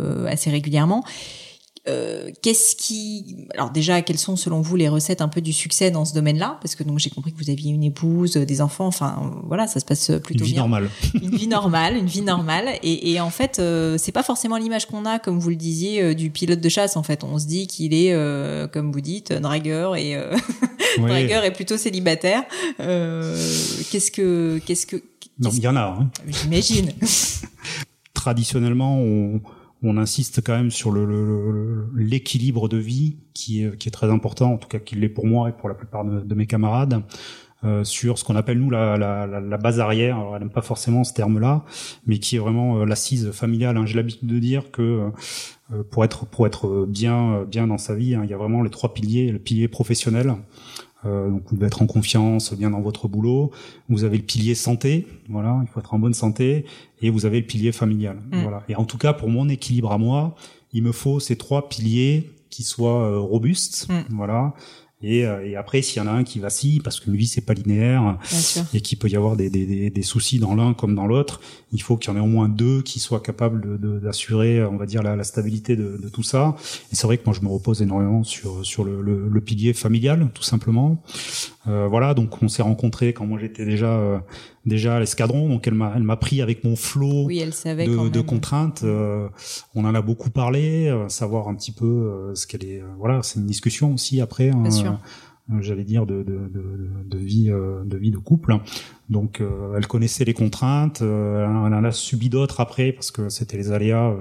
Alors déjà, quelles sont selon vous les recettes un peu du succès dans ce domaine-là? Parce que donc j'ai compris que vous aviez une épouse, des enfants, enfin voilà, ça se passe plutôt bien. Une vie normale. Et en fait, c'est pas forcément l'image qu'on a, comme vous le disiez, du pilote de chasse. En fait, on se dit qu'il est, comme vous dites, dragueur et dragueur et plutôt célibataire. Qu'est-ce que non, il y en a. Hein. J'imagine. Traditionnellement, on insiste quand même sur l'équilibre de vie qui est très important, en tout cas qui l'est pour moi et pour la plupart de mes camarades, sur ce qu'on appelle nous la base arrière. Alors elle n'aime pas forcément ce terme-là, mais qui est vraiment l'assise familiale. Hein. J'ai l'habitude de dire que pour être bien dans sa vie, hein, il y a vraiment les trois piliers. Le pilier professionnel. Donc vous devez être en confiance, bien dans votre boulot. Vous avez le pilier santé, voilà, il faut être en bonne santé, et vous avez le pilier familial, voilà. Et en tout cas pour mon équilibre à moi, il me faut ces trois piliers qui soient robustes, voilà. Et après, s'il y en a un qui vacille, parce qu'une vie c'est pas linéaire, et qu'il peut y avoir des soucis dans l'un comme dans l'autre, il faut qu'il y en ait au moins deux qui soient capables d'assurer, on va dire, la stabilité de tout ça. Et c'est vrai que moi je me repose énormément sur le pilier familial, tout simplement. Voilà, donc on s'est rencontrés quand moi j'étais déjà à l'escadron, donc elle m'a pris avec mon flot de contraintes. On en a beaucoup parlé, savoir un petit peu ce qu'elle est. Voilà, c'est une discussion aussi après. J'allais dire de vie de couple. Donc elle connaissait les contraintes, elle en a subi d'autres après parce que c'était les aléas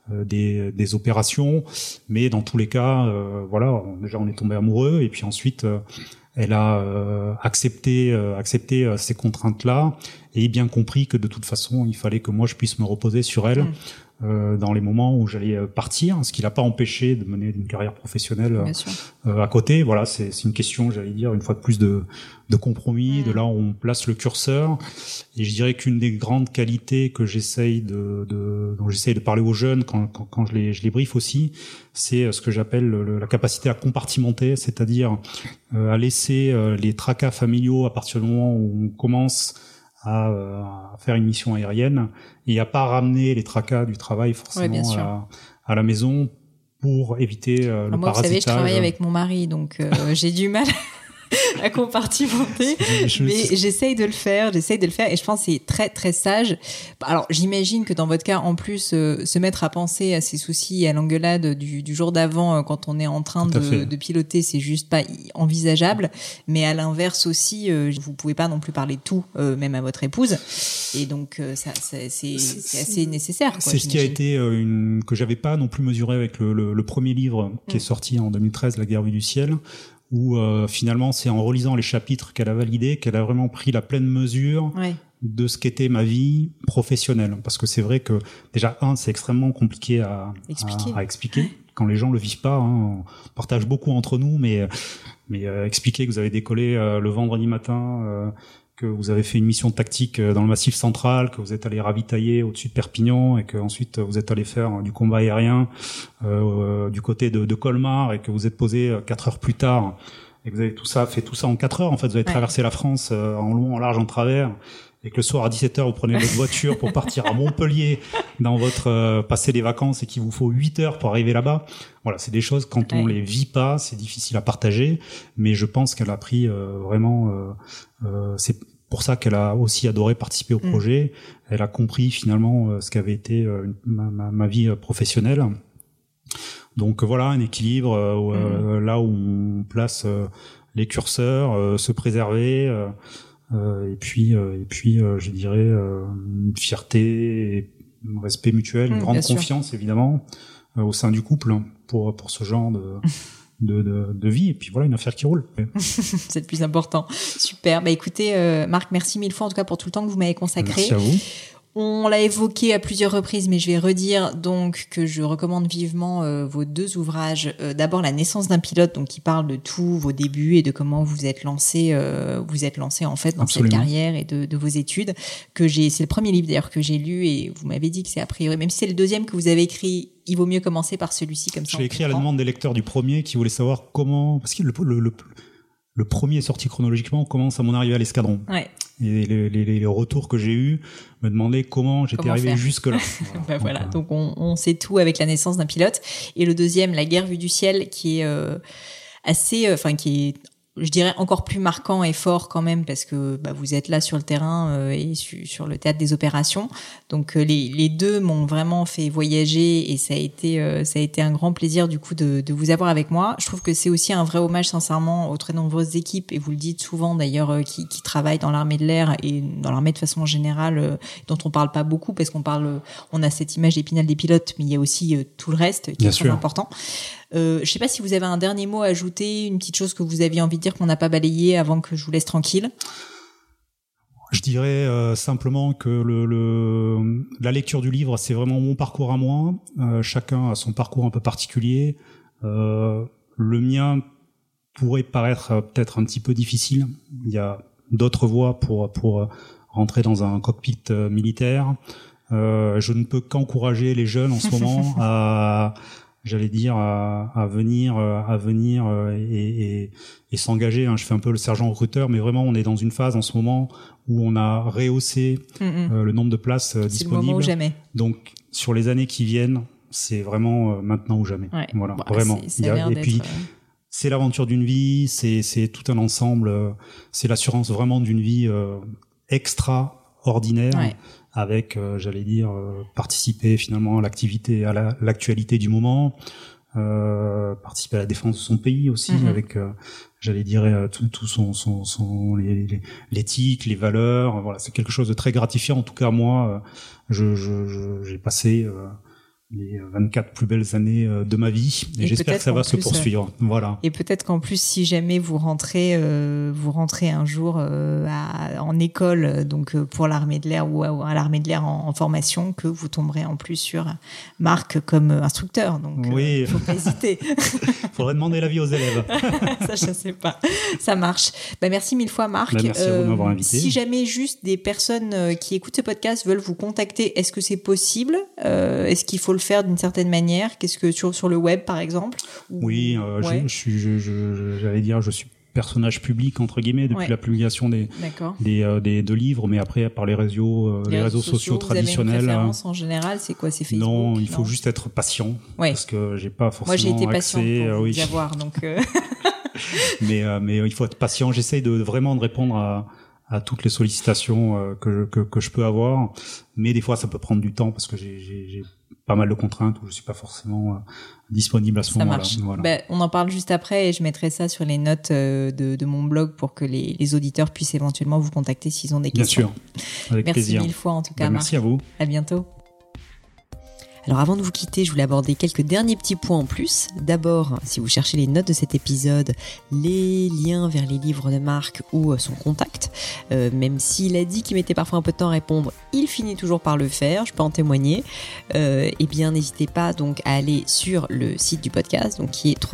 des opérations. Mais dans tous les cas, voilà, déjà on est tombé amoureux et puis ensuite. Elle a accepté ces contraintes-là et bien compris que de toute façon, il fallait que moi je puisse me reposer sur elle dans les moments où j'allais partir, ce qui l'a pas empêché de mener une carrière professionnelle à côté. Voilà, c'est une question, j'allais dire, une fois de plus de compromis, de là où on place le curseur. Et je dirais qu'une des grandes qualités que dont j'essaye de parler aux jeunes quand je les briefe aussi, c'est ce que j'appelle la capacité à compartimenter, c'est-à-dire à laisser les tracas familiaux à partir du moment où on commence à faire une mission aérienne et à pas ramener les tracas du travail forcément à la maison pour éviter le moi, parasytage. Vous savez, je travaille avec mon mari, donc j'ai du mal à compartimenter, mais j'essaye de le faire et je pense que c'est très très sage. Alors j'imagine que dans votre cas en plus se mettre à penser à ses soucis et à l'engueulade du jour d'avant quand on est en train de piloter, c'est juste pas envisageable, mais à l'inverse aussi vous pouvez pas non plus parler de tout même à votre épouse, et donc ça c'est assez nécessaire, quoi. C'est ce qui a été que j'avais pas non plus mesuré avec le premier livre qui est sorti en 2013, La guerre vue du ciel, où finalement c'est en relisant les chapitres qu'elle a validé, qu'elle a vraiment pris la pleine mesure de ce qu'était ma vie professionnelle. Parce que c'est vrai que déjà c'est extrêmement compliqué à expliquer quand les gens le vivent pas. Hein. On partage beaucoup entre nous, mais expliquer que vous avez décollé le vendredi matin, que vous avez fait une mission tactique dans le Massif central, que vous êtes allé ravitailler au-dessus de Perpignan et que ensuite vous êtes allé faire du combat aérien du côté de Colmar et que vous êtes posé 4 heures plus tard et que vous avez fait tout ça en 4 heures. En fait, vous avez traversé la France en long, en large, en travers, et que le soir à 17h vous prenez votre voiture pour partir à Montpellier dans votre passer les vacances et qu'il vous faut 8 heures pour arriver là-bas. Voilà, c'est des choses quand on les vit pas, c'est difficile à partager, mais je pense qu'elle a pris vraiment c'est pour ça qu'elle a aussi adoré participer au projet. Elle a compris finalement ce qu'avait été ma vie professionnelle. Donc voilà, un équilibre là où on place les curseurs, se préserver, et puis je dirais une fierté, et un respect mutuel, une grande confiance évidemment au sein du couple pour ce genre de vie, et puis voilà, une affaire qui roule. C'est le plus important. Super. Bah écoutez, Marc, merci mille fois en tout cas pour tout le temps que vous m'avez consacré. Merci à vous. On l'a évoqué à plusieurs reprises, mais je vais redire donc que je recommande vivement vos 2 ouvrages. D'abord, La naissance d'un pilote, donc qui parle de tous vos débuts et de comment vous êtes lancé en fait dans cette carrière et de vos études. C'est le premier livre d'ailleurs que j'ai lu, et vous m'avez dit que c'est a priori, même si c'est le 2e que vous avez écrit, il vaut mieux commencer par celui-ci comme ça. Je l'ai écrit à la demande des lecteurs du premier qui voulaient savoir comment, parce que le premier est sorti chronologiquement, commence à mon arrivée à l'escadron. Ouais. Et les retours que j'ai eus me demandaient comment j'étais arrivé jusque-là. Voilà. Donc on sait tout avec La naissance d'un pilote. Et le 2e, La guerre vue du ciel, qui est qui est, je dirais, encore plus marquant et fort quand même, parce que vous êtes là sur le terrain et sur le théâtre des opérations. Donc les 2 m'ont vraiment fait voyager, et ça a été un grand plaisir du coup de vous avoir avec moi. Je trouve que c'est aussi un vrai hommage sincèrement aux très nombreuses équipes, et vous le dites souvent d'ailleurs, qui travaillent dans l'armée de l'air et dans l'armée de façon générale, dont on parle pas beaucoup, parce on a cette image d'Épinal des pilotes, mais il y a aussi tout le reste qui est très important. Je sais pas si vous avez un dernier mot à ajouter, une petite chose que vous aviez envie de dire qu'on n'a pas balayé avant que je vous laisse tranquille. Je dirais simplement que la lecture du livre, c'est vraiment mon parcours à moi. Chacun a son parcours un peu particulier. Le mien pourrait paraître peut-être un petit peu difficile. Il y a d'autres voies pour rentrer dans un cockpit militaire. Je ne peux qu'encourager les jeunes en ce moment à venir et s'engager. Je fais un peu le sergent recruteur, mais vraiment on est dans une phase en ce moment où on a rehaussé le nombre de places disponibles. C'est le moment ou jamais. Donc sur les années qui viennent, c'est vraiment maintenant ou jamais. Ouais. Voilà, vraiment. Et puis c'est l'aventure d'une vie, c'est tout un ensemble, c'est l'assurance vraiment d'une vie extraordinaire. Ouais. Avec, participer finalement à l'activité, à l'actualité du moment, participer à la défense de son pays aussi, avec, tout son l'éthique, les valeurs. Voilà, c'est quelque chose de très gratifiant. En tout cas, moi, j'ai passé les 24 plus belles années de ma vie, et j'espère que ça va se poursuivre. Voilà. Et peut-être qu'en plus, si jamais vous rentrez un jour en école, donc pour l'armée de l'air ou à l'armée de l'air en formation, que vous tomberez en plus sur Marc comme instructeur. Donc oui, faut pas hésiter. Faudrait demander l'avis aux élèves. Ça, je sais pas. Ça marche. Merci mille fois, Marc. Merci à vous de m'avoir invité. Si jamais juste des personnes qui écoutent ce podcast veulent vous contacter, est-ce que c'est possible? Est-ce qu'il faut le faire d'une certaine manière? Qu'est-ce que sur le web par exemple? Oui, ouais. je suis personnage public entre guillemets depuis la publication de livres, mais après par les réseaux sociaux traditionnels. Vous avez une préférence en général, c'est quoi? C'est Facebook? Non, il faut juste être patient, parce que j'ai pas forcément accès. Moi j'ai été patient pour vous avoir, donc. mais il faut être patient. J'essaye vraiment de répondre à toutes les sollicitations que je peux avoir, mais des fois ça peut prendre du temps parce que j'ai pas mal de contraintes où je suis pas forcément disponible à ce moment-là. Ça marche. Voilà. On en parle juste après, et je mettrai ça sur les notes de mon blog pour que les auditeurs puissent éventuellement vous contacter s'ils ont des questions. Bien sûr, avec plaisir. Merci mille fois en tout cas. Merci à vous. À bientôt. Alors avant de vous quitter, je voulais aborder quelques derniers petits points en plus. D'abord, si vous cherchez les notes de cet épisode, les liens vers les livres de Marc ou son contact, même s'il a dit qu'il mettait parfois un peu de temps à répondre, il finit toujours par le faire, je peux en témoigner. Eh bien, n'hésitez pas donc à aller sur le site du podcast, donc qui est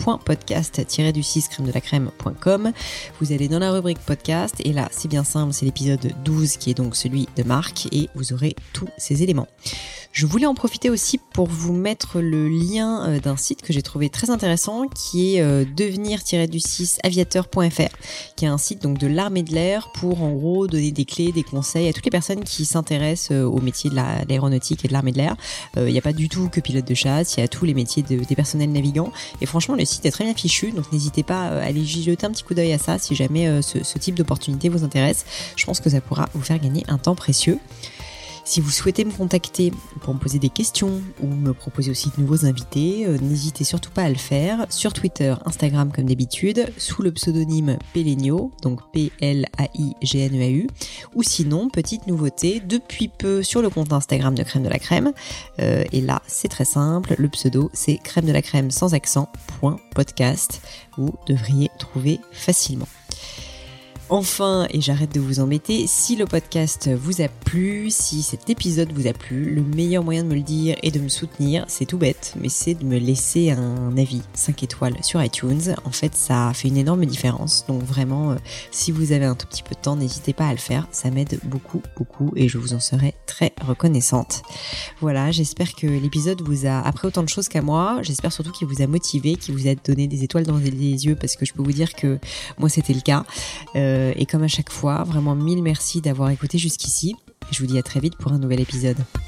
www.podcast-crème-de-la-crème.com. Vous allez dans la rubrique podcast, et là, c'est bien simple, c'est l'épisode 12 qui est donc celui de Marc, et vous aurez tous ces éléments. Je voulais en profiter aussi pour vous mettre le lien d'un site que j'ai trouvé très intéressant, qui est devenir-aviateur.fr, qui est un site donc de l'armée de l'air pour en gros donner des clés, des conseils à toutes les personnes qui s'intéressent au métier de l'aéronautique et de l'armée de l'air. Il n'y a pas du tout que pilote de chasse, il y a tous les métiers des personnels navigants, et franchement le site est très bien fichu, donc n'hésitez pas à aller jeter un petit coup d'œil à ça si jamais ce type d'opportunité vous intéresse. Je pense que ça pourra vous faire gagner un temps précieux. Si vous souhaitez me contacter pour me poser des questions ou me proposer aussi de nouveaux invités, n'hésitez surtout pas à le faire sur Twitter, Instagram comme d'habitude, sous le pseudonyme Pelaigneau, donc P-L-A-I-G-N-E-A-U, ou sinon, petite nouveauté, depuis peu sur le compte Instagram de Crème de la Crème, et là c'est très simple, le pseudo c'est crème de la crème sans accent, .podcast, vous devriez trouver facilement. Enfin, et j'arrête de vous embêter, si le podcast vous a plu, si cet épisode vous a plu, le meilleur moyen de me le dire et de me soutenir, c'est tout bête, mais c'est de me laisser un avis 5 étoiles sur iTunes. En fait, ça fait une énorme différence, donc vraiment, si vous avez un tout petit peu de temps, n'hésitez pas à le faire, ça m'aide beaucoup, beaucoup, et je vous en serai très reconnaissante. Voilà, j'espère que l'épisode vous a appris autant de choses qu'à moi, j'espère surtout qu'il vous a motivé, qu'il vous a donné des étoiles dans les yeux, parce que je peux vous dire que moi c'était le cas. Et comme à chaque fois, vraiment 1000 merci d'avoir écouté jusqu'ici. Je vous dis à très vite pour un nouvel épisode.